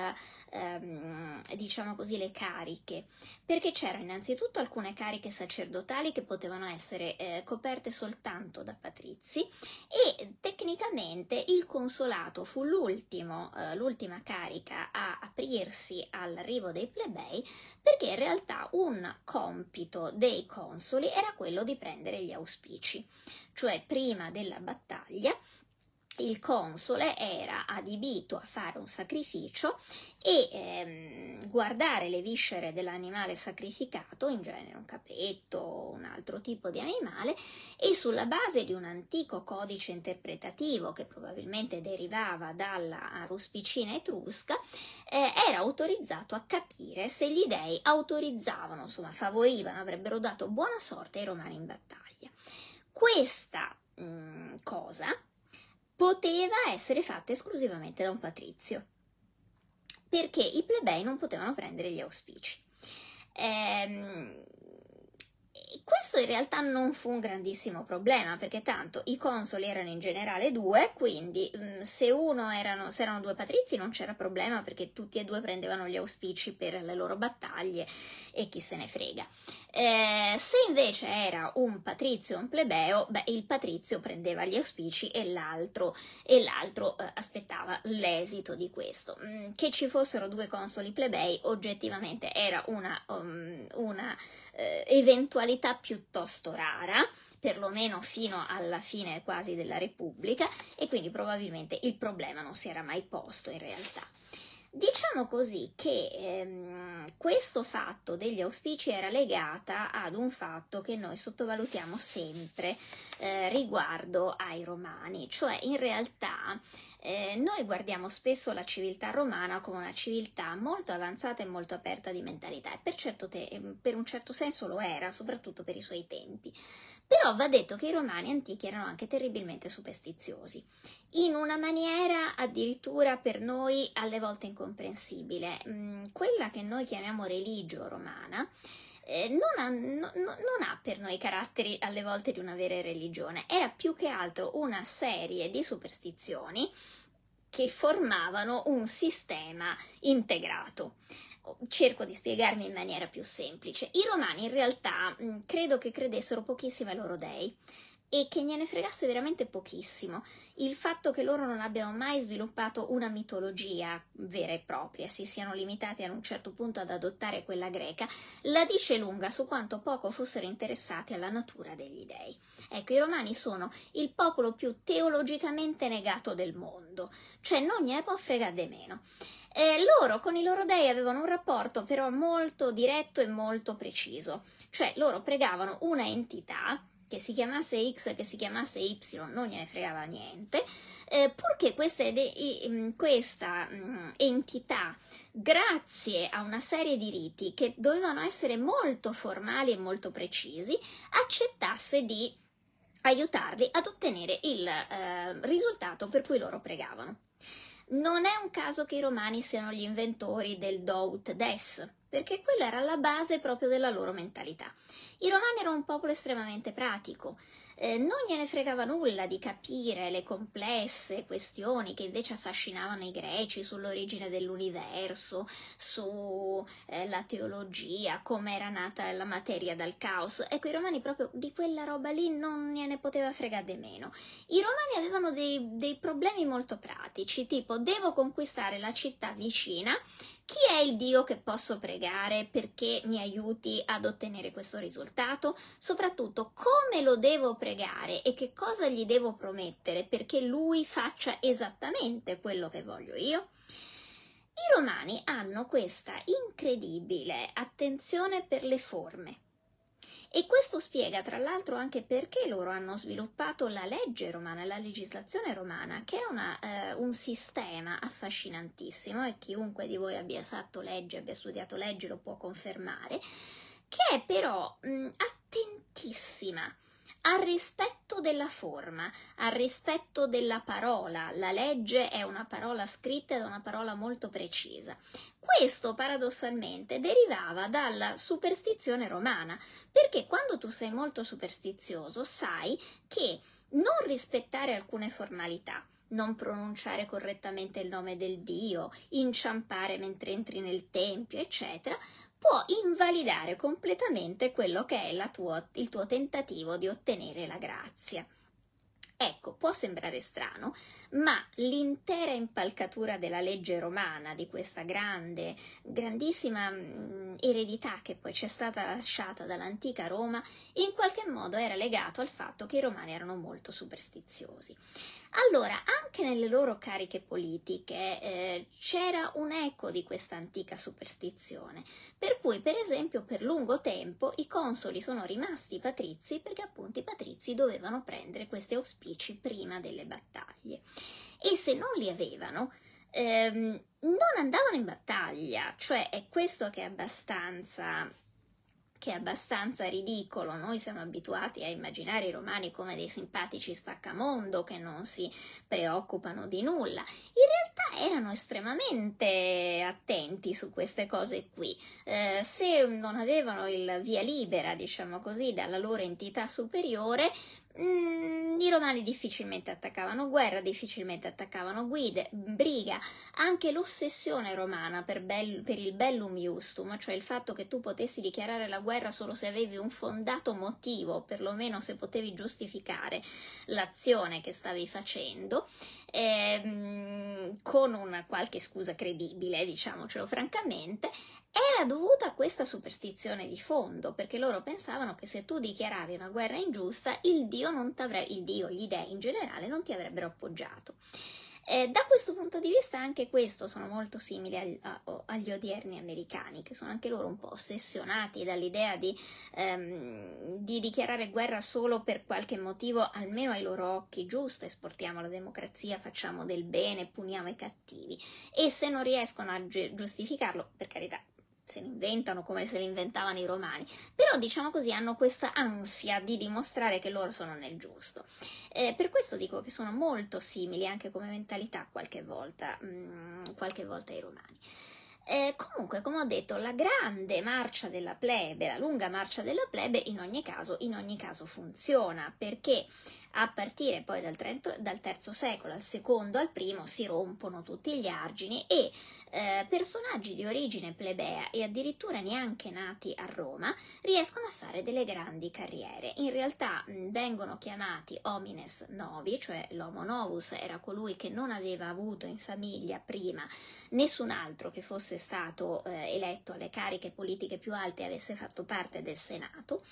diciamo così, le cariche, perché c'erano innanzitutto alcune cariche sacerdotali che potevano essere coperte soltanto da patrizi, e tecnicamente il consolato fu l'ultima carica a aprirsi all'arrivo dei plebei, perché in realtà un compito dei consoli era quello di prendere gli auspici, cioè prima della battaglia il console era adibito a fare un sacrificio e guardare le viscere dell'animale sacrificato, in genere un capretto o un altro tipo di animale, e sulla base di un antico codice interpretativo che probabilmente derivava dalla ruspicina etrusca, era autorizzato a capire se gli dei autorizzavano, insomma favorivano, avrebbero dato buona sorte ai romani in battaglia. Questa cosa poteva essere fatta esclusivamente da un patrizio, perché i plebei non potevano prendere gli auspici. Questo in realtà non fu un grandissimo problema, perché tanto i consoli erano in generale due, quindi se erano due patrizi non c'era problema, perché tutti e due prendevano gli auspici per le loro battaglie e chi se ne frega. Se invece era un patrizio o un plebeo, il patrizio prendeva gli auspici e l'altro aspettava l'esito di questo. Che ci fossero due consoli plebei oggettivamente era una eventualità piuttosto rara, perlomeno fino alla fine quasi della Repubblica, e quindi probabilmente il problema non si era mai posto in realtà. Diciamo così che questo fatto degli auspici era legata ad un fatto che noi sottovalutiamo sempre riguardo ai romani, cioè in realtà noi guardiamo spesso la civiltà romana come una civiltà molto avanzata e molto aperta di mentalità, e per un certo senso lo era, soprattutto per i suoi tempi. Però va detto che i romani antichi erano anche terribilmente superstiziosi, in una maniera addirittura per noi alle volte incomprensibile. Quella che noi chiamiamo religio romana non ha per noi caratteri alle volte di una vera religione, era più che altro una serie di superstizioni che formavano un sistema integrato. Cerco di spiegarmi in maniera più semplice. I romani in realtà credo che credessero pochissimo ai loro dei, e che gliene fregasse veramente pochissimo il fatto che loro non abbiano mai sviluppato una mitologia vera e propria, si siano limitati ad un certo punto ad adottare quella greca, la dice lunga su quanto poco fossero interessati alla natura degli dei. Ecco, i romani sono il popolo più teologicamente negato del mondo, cioè non gliene può fregare di meno. Loro con i loro dei avevano un rapporto però molto diretto e molto preciso, cioè loro pregavano una entità, che si chiamasse X, che si chiamasse Y, non gliene fregava niente, purché questa entità, grazie a una serie di riti che dovevano essere molto formali e molto precisi, accettasse di aiutarli ad ottenere il risultato per cui loro pregavano. Non è un caso che i romani siano gli inventori del do ut des, perché quella era la base proprio della loro mentalità. I romani erano un popolo estremamente pratico, non gliene fregava nulla di capire le complesse questioni che invece affascinavano i greci sull'origine dell'universo, sulla teologia, come era nata la materia dal caos. Ecco, i romani proprio di quella roba lì non gliene poteva fregare di meno. I romani avevano dei problemi molto pratici, tipo devo conquistare la città vicina, chi è il Dio che posso pregare perché mi aiuti ad ottenere questo risultato? Soprattutto, come lo devo pregare e che cosa gli devo promettere perché lui faccia esattamente quello che voglio io? I romani hanno questa incredibile attenzione per le forme. E questo spiega tra l'altro anche perché loro hanno sviluppato la legge romana, la legislazione romana, che è un sistema affascinantissimo, e chiunque di voi abbia fatto legge, abbia studiato legge lo può confermare, che è però attentissima al rispetto della forma, al rispetto della parola. La legge è una parola scritta ed è una parola molto precisa. Questo paradossalmente derivava dalla superstizione romana, perché quando tu sei molto superstizioso sai che non rispettare alcune formalità, non pronunciare correttamente il nome del dio, inciampare mentre entri nel tempio, eccetera, può invalidare completamente quello che è il tuo tentativo di ottenere la grazia. Ecco, può sembrare strano, ma l'intera impalcatura della legge romana, di questa grandissima eredità che poi ci è stata lasciata dall'antica Roma, in qualche modo era legato al fatto che i romani erano molto superstiziosi. Allora, anche nelle loro cariche politiche c'era un eco di questa antica superstizione, per cui, per esempio, per lungo tempo i consoli sono rimasti patrizi perché appunto i patrizi dovevano prendere questi auspici prima delle battaglie. E se non li avevano, non andavano in battaglia, cioè è questo che è abbastanza ridicolo. Noi siamo abituati a immaginare i romani come dei simpatici spaccamondo che non si preoccupano di nulla. In realtà erano estremamente attenti su queste cose qui. Se non avevano il via libera, diciamo così, dalla loro entità superiore, i romani difficilmente attaccavano guerra, difficilmente attaccavano briga. Anche l'ossessione romana per il bellum iustum, cioè il fatto che tu potessi dichiarare la guerra solo se avevi un fondato motivo, perlomeno se potevi giustificare l'azione che stavi facendo, con una qualche scusa credibile, diciamocelo francamente, era dovuta a questa superstizione di fondo, perché loro pensavano che se tu dichiaravi una guerra ingiusta, il dio, gli dei in generale, non ti avrebbero appoggiato. Da questo punto di vista anche questo sono molto simili agli odierni americani, che sono anche loro un po' ossessionati dall'idea di dichiarare guerra solo per qualche motivo, almeno ai loro occhi, giusto, esportiamo la democrazia, facciamo del bene, puniamo i cattivi, e se non riescono a giustificarlo, per carità, se ne inventano come se li inventavano i romani, però diciamo così hanno questa ansia di dimostrare che loro sono nel giusto. Per questo dico che sono molto simili anche come mentalità qualche volta ai romani. Comunque, come ho detto, la grande marcia della plebe, la lunga marcia della plebe in ogni caso funziona, perché a partire poi dal III secolo al secondo al primo si rompono tutti gli argini e personaggi di origine plebea e addirittura neanche nati a Roma riescono a fare delle grandi carriere. In realtà vengono chiamati homines novi, cioè l'homo novus era colui che non aveva avuto in famiglia prima nessun altro che fosse stato eletto alle cariche politiche più alte e avesse fatto parte del Senato.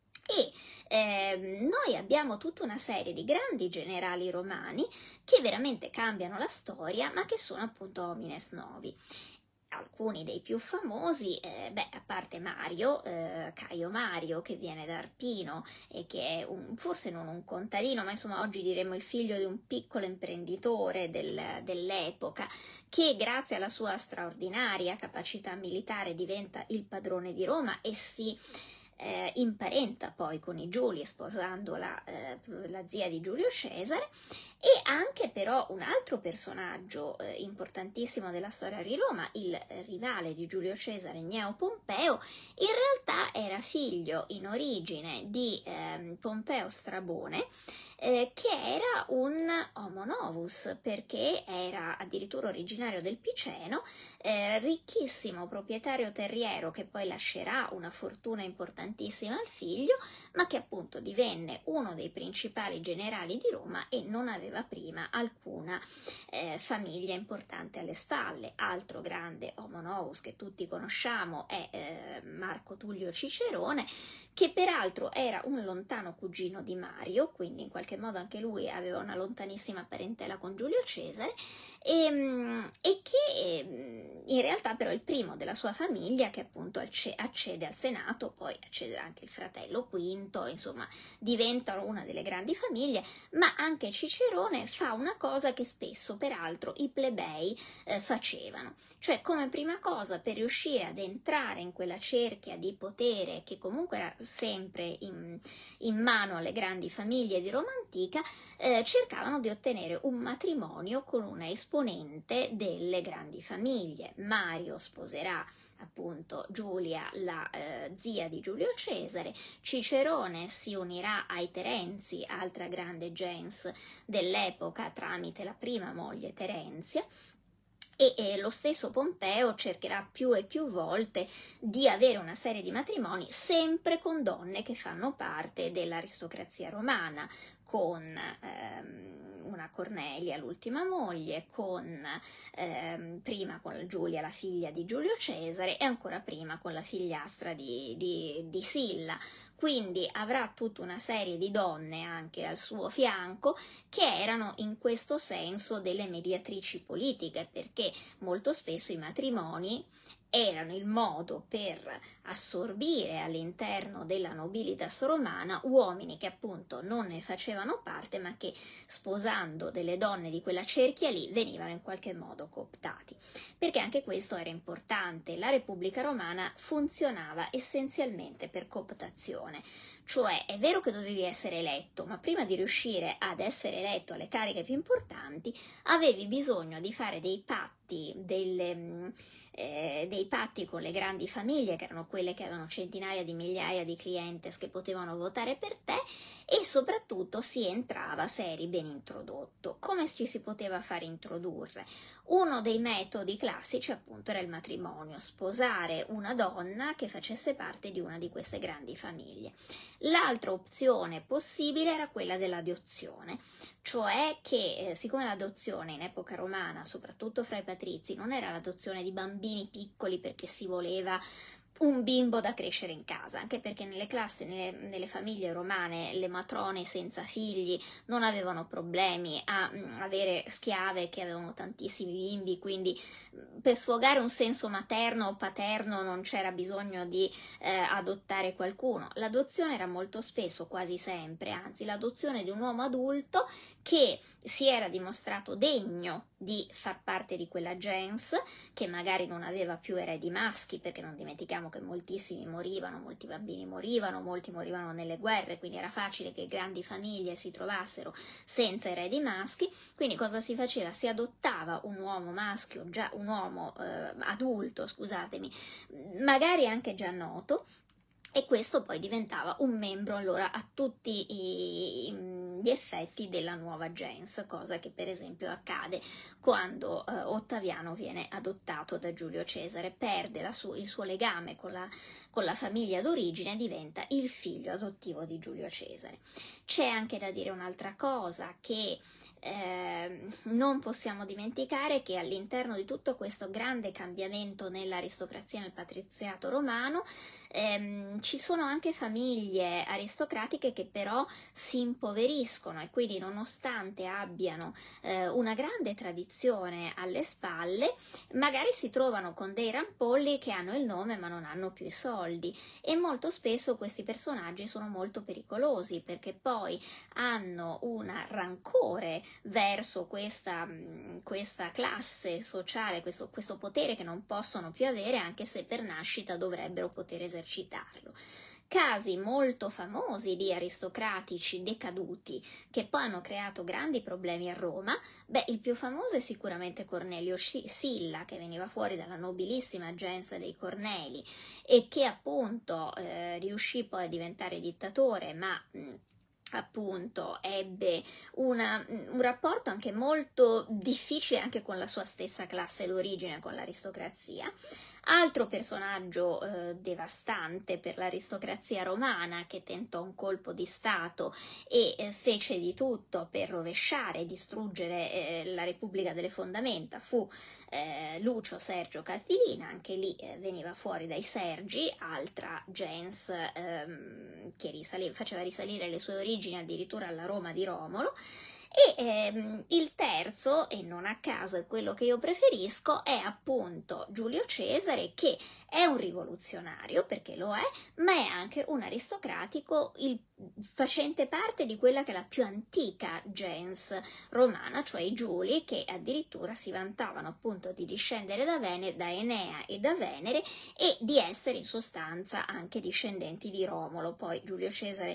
E noi abbiamo tutta una serie di grandi generali romani che veramente cambiano la storia, ma che sono appunto homines novi. Alcuni dei più famosi, a parte Mario, Caio Mario, che viene da Arpino e che è forse non un contadino, ma insomma oggi diremmo il figlio di un piccolo imprenditore dell'epoca, che grazie alla sua straordinaria capacità militare diventa il padrone di Roma e si imparenta poi con i Giuli, sposando la zia di Giulio Cesare. E anche però un altro personaggio importantissimo della storia di Roma, il rivale di Giulio Cesare, Gneo Pompeo, in realtà era figlio in origine di Pompeo Strabone, che era un homo novus, perché era addirittura originario del Piceno, ricchissimo proprietario terriero che poi lascerà una fortuna importantissima al figlio, ma che appunto divenne uno dei principali generali di Roma e non aveva prima alcuna famiglia importante alle spalle. Altro grande homo novus che tutti conosciamo è Marco Tullio Cicerone, che peraltro era un lontano cugino di Mario, quindi in qualche qualche modo anche lui aveva una lontanissima parentela con Giulio Cesare, e che in realtà però è il primo della sua famiglia che appunto accede al Senato, poi accederà anche il fratello Quinto, insomma diventano una delle grandi famiglie. Ma anche Cicerone fa una cosa che spesso peraltro i plebei facevano, cioè come prima cosa, per riuscire ad entrare in quella cerchia di potere che comunque era sempre in mano alle grandi famiglie di Roma antica, cercavano di ottenere un matrimonio con una esponente delle grandi famiglie. Mario sposerà appunto Giulia, la zia di Giulio Cesare. Cicerone si unirà ai Terenzi, altra grande gens dell'epoca, tramite la prima moglie Terenzia. E lo stesso Pompeo cercherà più e più volte di avere una serie di matrimoni sempre con donne che fanno parte dell'aristocrazia romana, con una Cornelia, l'ultima moglie, prima con Giulia, la figlia di Giulio Cesare, e ancora prima con la figliastra di Silla. Quindi avrà tutta una serie di donne anche al suo fianco che erano in questo senso delle mediatrici politiche, perché molto spesso i matrimoni erano il modo per assorbire all'interno della nobilitas romana uomini che appunto non ne facevano parte, ma che sposando delle donne di quella cerchia lì venivano in qualche modo cooptati. Perché anche questo era importante, la Repubblica Romana funzionava essenzialmente per cooptazione, cioè è vero che dovevi essere eletto, ma prima di riuscire ad essere eletto alle cariche più importanti avevi bisogno di fare dei patti, dei patti con le grandi famiglie, che erano quelle che avevano centinaia di migliaia di clientes che potevano votare per te, e soprattutto si entrava se eri ben introdotto. Come ci si poteva far introdurre? Uno dei metodi classici appunto era il matrimonio, sposare una donna che facesse parte di una di queste grandi famiglie. L'altra opzione possibile era quella dell'adozione, cioè che siccome l'adozione in epoca romana, soprattutto fra i patrizi, non era l'adozione di bambini piccoli perché si voleva un bimbo da crescere in casa, anche perché nelle famiglie romane le matrone senza figli non avevano problemi a avere schiave che avevano tantissimi bimbi, quindi per sfogare un senso materno o paterno non c'era bisogno di adottare qualcuno. L'adozione era molto spesso, quasi sempre, anzi l'adozione di un uomo adulto che si era dimostrato degno di far parte di quella gens, che magari non aveva più eredi maschi, perché non dimentichiamo che moltissimi morivano, molti bambini morivano, molti morivano nelle guerre, quindi era facile che grandi famiglie si trovassero senza eredi maschi. Quindi cosa si faceva? Si adottava un uomo maschio, già un uomo adulto, scusatemi, magari anche già noto, e questo poi diventava un membro allora a tutti gli effetti della nuova gens, cosa che per esempio accade quando Ottaviano viene adottato da Giulio Cesare, perde il suo legame con la famiglia d'origine e diventa il figlio adottivo di Giulio Cesare. C'è anche da dire un'altra cosa, che non possiamo dimenticare che all'interno di tutto questo grande cambiamento nell'aristocrazia e nel patriziato romano ci sono anche famiglie aristocratiche che però si impoveriscono, e quindi nonostante abbiano una grande tradizione alle spalle, magari si trovano con dei rampolli che hanno il nome ma non hanno più i soldi, e molto spesso questi personaggi sono molto pericolosi perché poi hanno un rancore verso questa classe sociale, questo potere che non possono più avere, anche se per nascita dovrebbero poter esercitarlo. Casi molto famosi di aristocratici decaduti che poi hanno creato grandi problemi a Roma. Il più famoso è sicuramente Cornelio Silla, che veniva fuori dalla nobilissima gens dei Corneli e che appunto riuscì poi a diventare dittatore, ma appunto ebbe un rapporto anche molto difficile anche con la sua stessa classe d'origine, con l'aristocrazia. Altro personaggio devastante per l'aristocrazia romana, che tentò un colpo di stato e fece di tutto per rovesciare e distruggere la Repubblica delle Fondamenta, fu Lucio Sergio Catilina. Anche lì veniva fuori dai Sergi, altra gens che faceva risalire le sue origini origini addirittura alla Roma di Romolo. E il terzo, e non a caso è quello che io preferisco, è appunto Giulio Cesare, che è un rivoluzionario, perché lo è, ma è anche un aristocratico facente parte di quella che è la più antica gens romana, cioè i Giuli, che addirittura si vantavano appunto di discendere da Enea e da Venere e di essere in sostanza anche discendenti di Romolo. Poi Giulio Cesare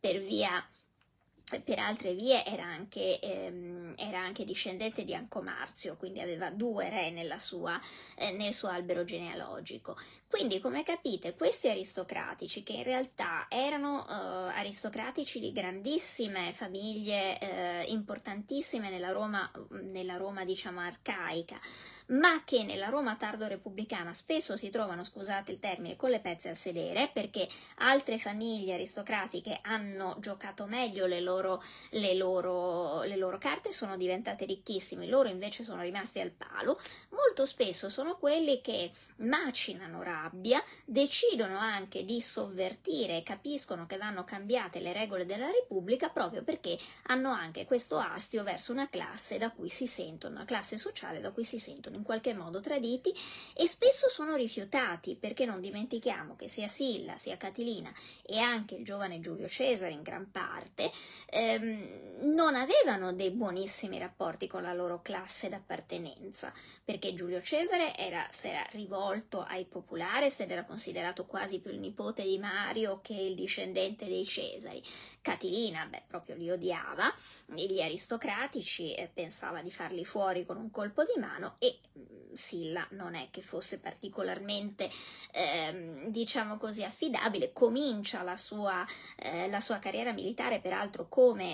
per altre vie era anche discendente di Ancomarzio, quindi aveva 2 re nel suo albero genealogico. Quindi, come capite, questi aristocratici, che in realtà erano aristocratici di grandissime famiglie, importantissime nella Roma diciamo arcaica, ma che nella Roma tardo-repubblicana spesso si trovano, scusate il termine, con le pezze al sedere, perché altre famiglie aristocratiche hanno giocato meglio le loro carte, sono diventate ricchissime, loro invece sono rimasti al palo. Molto spesso sono quelli che macinano rabbia, decidono anche di sovvertire, capiscono che vanno cambiate le regole della Repubblica proprio perché hanno anche questo astio verso una classe una classe sociale da cui si sentono in qualche modo traditi, e spesso sono rifiutati, perché non dimentichiamo che sia Silla, sia Catilina e anche il giovane Giulio Cesare in gran parte non avevano dei buonissimi rapporti con la loro classe d'appartenenza, perché Giulio Cesare si era rivolto ai popolari, se era considerato quasi più il nipote di Mario che il discendente dei Cesari. Catilina, proprio li odiava, e gli aristocratici pensava di farli fuori con un colpo di mano, e Silla non è che fosse particolarmente, diciamo così, affidabile. Comincia la sua carriera militare, peraltro,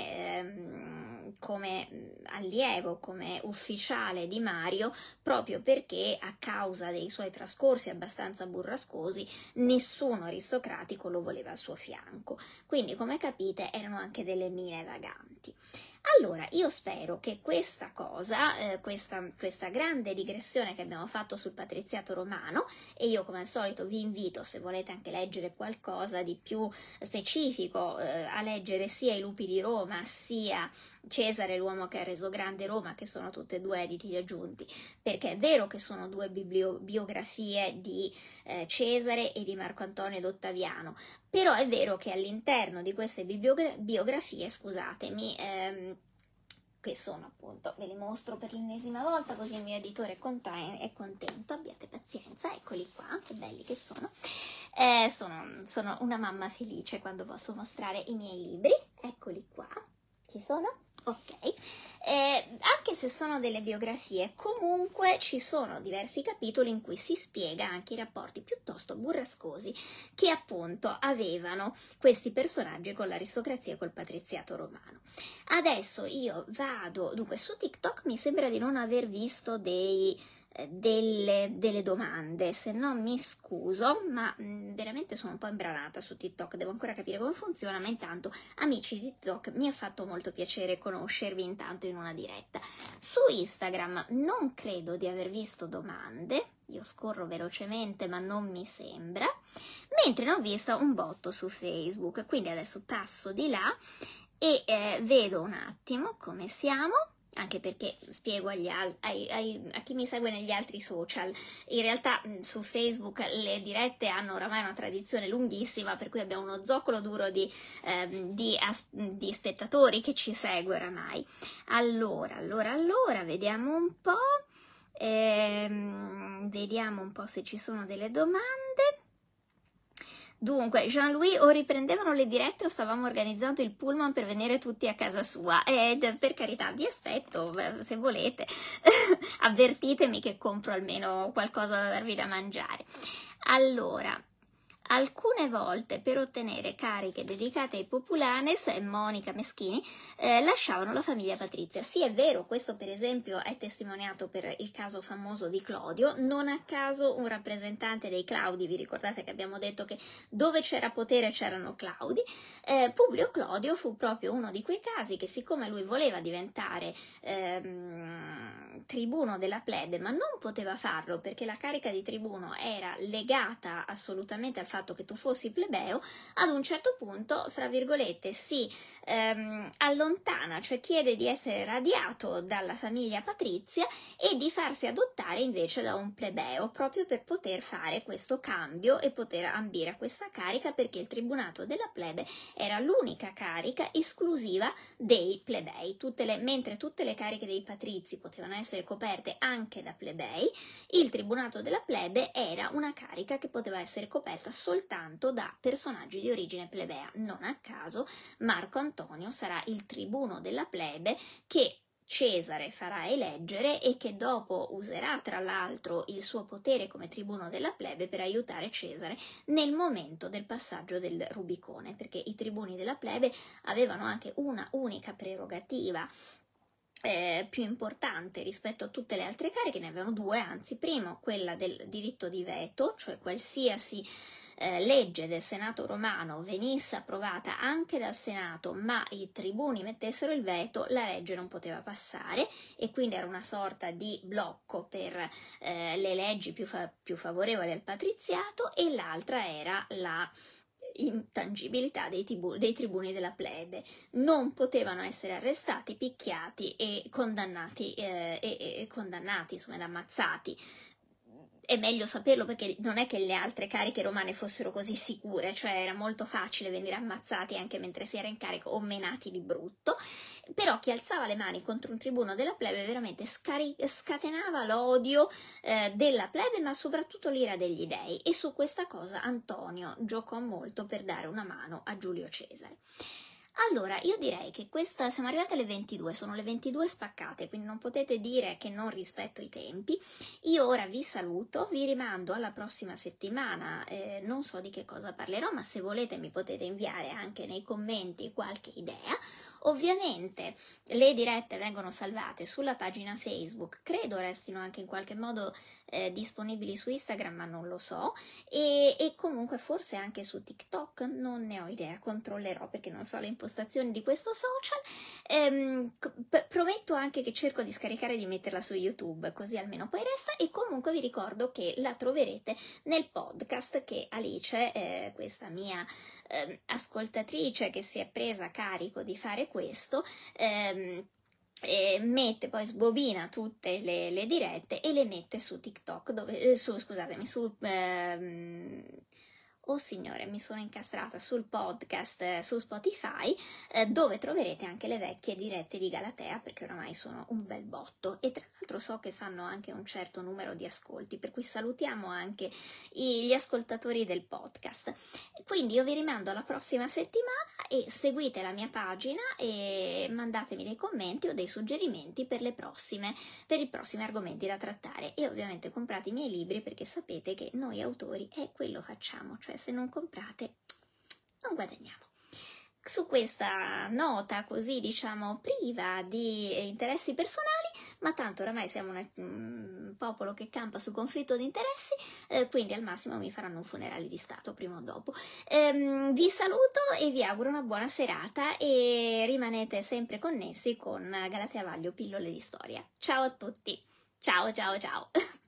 come allievo, come ufficiale di Mario, proprio perché a causa dei suoi trascorsi abbastanza burrascosi nessun aristocratico lo voleva al suo fianco. Quindi, come capite, erano anche delle mine vaganti. Allora, io spero che questa cosa, questa grande digressione che abbiamo fatto sul patriziato romano, e io come al solito vi invito, se volete anche leggere qualcosa di più specifico, a leggere sia I lupi di Roma sia Cesare, l'uomo che ha reso grande Roma, che sono tutte e 2 editi aggiunti, perché è vero che sono 2 biografie di Cesare e di Marco Antonio ed Ottaviano, però è vero che all'interno di queste biografie, scusatemi, che sono appunto, ve li mostro per l'ennesima volta così il mio editore è contento, abbiate pazienza, eccoli qua, che belli che sono. Sono una mamma felice quando posso mostrare i miei libri, eccoli qua, ci sono? Ok, anche se sono delle biografie, comunque ci sono diversi capitoli in cui si spiega anche i rapporti piuttosto burrascosi che appunto avevano questi personaggi con l'aristocrazia e col patriziato romano. Adesso io vado, dunque su TikTok mi sembra di non aver visto delle domande, se no mi scuso, ma veramente sono un po' imbranata su TikTok, devo ancora capire come funziona, ma intanto, amici di TikTok, mi ha fatto molto piacere conoscervi intanto in una diretta. Su Instagram non credo di aver visto domande, io scorro velocemente ma non mi sembra, mentre ne ho vista un botto su Facebook, quindi adesso passo di là e vedo un attimo come siamo. Anche perché spiego a chi mi segue negli altri social, in realtà su Facebook le dirette hanno oramai una tradizione lunghissima, per cui abbiamo uno zoccolo duro di spettatori che ci segue oramai. Allora, vediamo un po' se ci sono delle domande. Dunque, Jean-Louis, o riprendevano le dirette o stavamo organizzando il pullman per venire tutti a casa sua? Per carità, vi aspetto, se volete. Avvertitemi che compro almeno qualcosa da darvi da mangiare. Allora, alcune volte per ottenere cariche dedicate ai populanes, Monica Meschini, lasciavano la famiglia patrizia. Sì, è vero, questo per esempio è testimoniato per il caso famoso di Clodio. Non a caso un rappresentante dei Claudi, vi ricordate che abbiamo detto che dove c'era potere c'erano Claudi, Publio Clodio fu proprio uno di quei casi che, siccome lui voleva diventare tribuno della plebe, ma non poteva farlo perché la carica di tribuno era legata assolutamente al fatto che tu fossi plebeo, ad un certo punto, fra virgolette, si allontana, cioè chiede di essere radiato dalla famiglia patrizia e di farsi adottare invece da un plebeo, proprio per poter fare questo cambio e poter ambire a questa carica, perché il tribunato della plebe era l'unica carica esclusiva dei plebei. Mentre tutte le cariche dei patrizi potevano essere coperte anche da plebei, il tribunato della plebe era una carica che poteva essere coperta soltanto da personaggi di origine plebea. Non a caso Marco Antonio sarà il tribuno della plebe che Cesare farà eleggere e che dopo userà tra l'altro il suo potere come tribuno della plebe per aiutare Cesare nel momento del passaggio del Rubicone, perché i tribuni della plebe avevano anche una unica prerogativa più importante rispetto a tutte le altre cariche, ne avevano due, anzi, primo quella del diritto di veto, cioè qualsiasi legge del Senato romano venisse approvata anche dal Senato, ma i tribuni mettessero il veto, la legge non poteva passare, e quindi era una sorta di blocco per le leggi più favorevoli al patriziato, e l'altra era la intangibilità dei tribuni della plebe. Non potevano essere arrestati, picchiati e condannati, insomma, ed ammazzati. È meglio saperlo perché non è che le altre cariche romane fossero così sicure, cioè era molto facile venire ammazzati anche mentre si era in carica o menati di brutto, però chi alzava le mani contro un tribuno della plebe veramente scatenava l'odio della plebe, ma soprattutto l'ira degli dei, e su questa cosa Antonio giocò molto per dare una mano a Giulio Cesare. Allora, io direi che siamo arrivate alle 22, sono le 22 spaccate, quindi non potete dire che non rispetto i tempi. Io ora vi saluto, vi rimando alla prossima settimana, non so di che cosa parlerò, ma se volete mi potete inviare anche nei commenti qualche idea. Ovviamente le dirette vengono salvate sulla pagina Facebook, credo restino anche in qualche modo disponibili su Instagram, ma non lo so, e comunque forse anche su TikTok, non ne ho idea, controllerò perché non so le impostazioni di questo social. Prometto anche che cerco di scaricare e di metterla su YouTube, così almeno poi resta, e comunque vi ricordo che la troverete nel podcast che Alice, questa mia ascoltatrice che si è presa a carico di fare questo, mette, poi sbobina tutte le dirette e le mette su TikTok, oh signore, mi sono incastrata sul podcast su Spotify, dove troverete anche le vecchie dirette di Galatea, perché oramai sono un bel botto, e tra l'altro so che fanno anche un certo numero di ascolti, per cui salutiamo anche gli ascoltatori del podcast. Quindi io vi rimando alla prossima settimana e seguite la mia pagina e mandatemi dei commenti o dei suggerimenti per i prossimi argomenti da trattare, e ovviamente comprate i miei libri, perché sapete che noi autori quello facciamo, cioè se non comprate non guadagniamo. Su questa nota così, diciamo, priva di interessi personali, ma tanto oramai siamo un popolo che campa su conflitto di interessi, quindi al massimo mi faranno un funerale di Stato prima o dopo. Vi saluto e vi auguro una buona serata, e rimanete sempre connessi con Galatea Vaglio, pillole di storia. Ciao a tutti, ciao ciao ciao!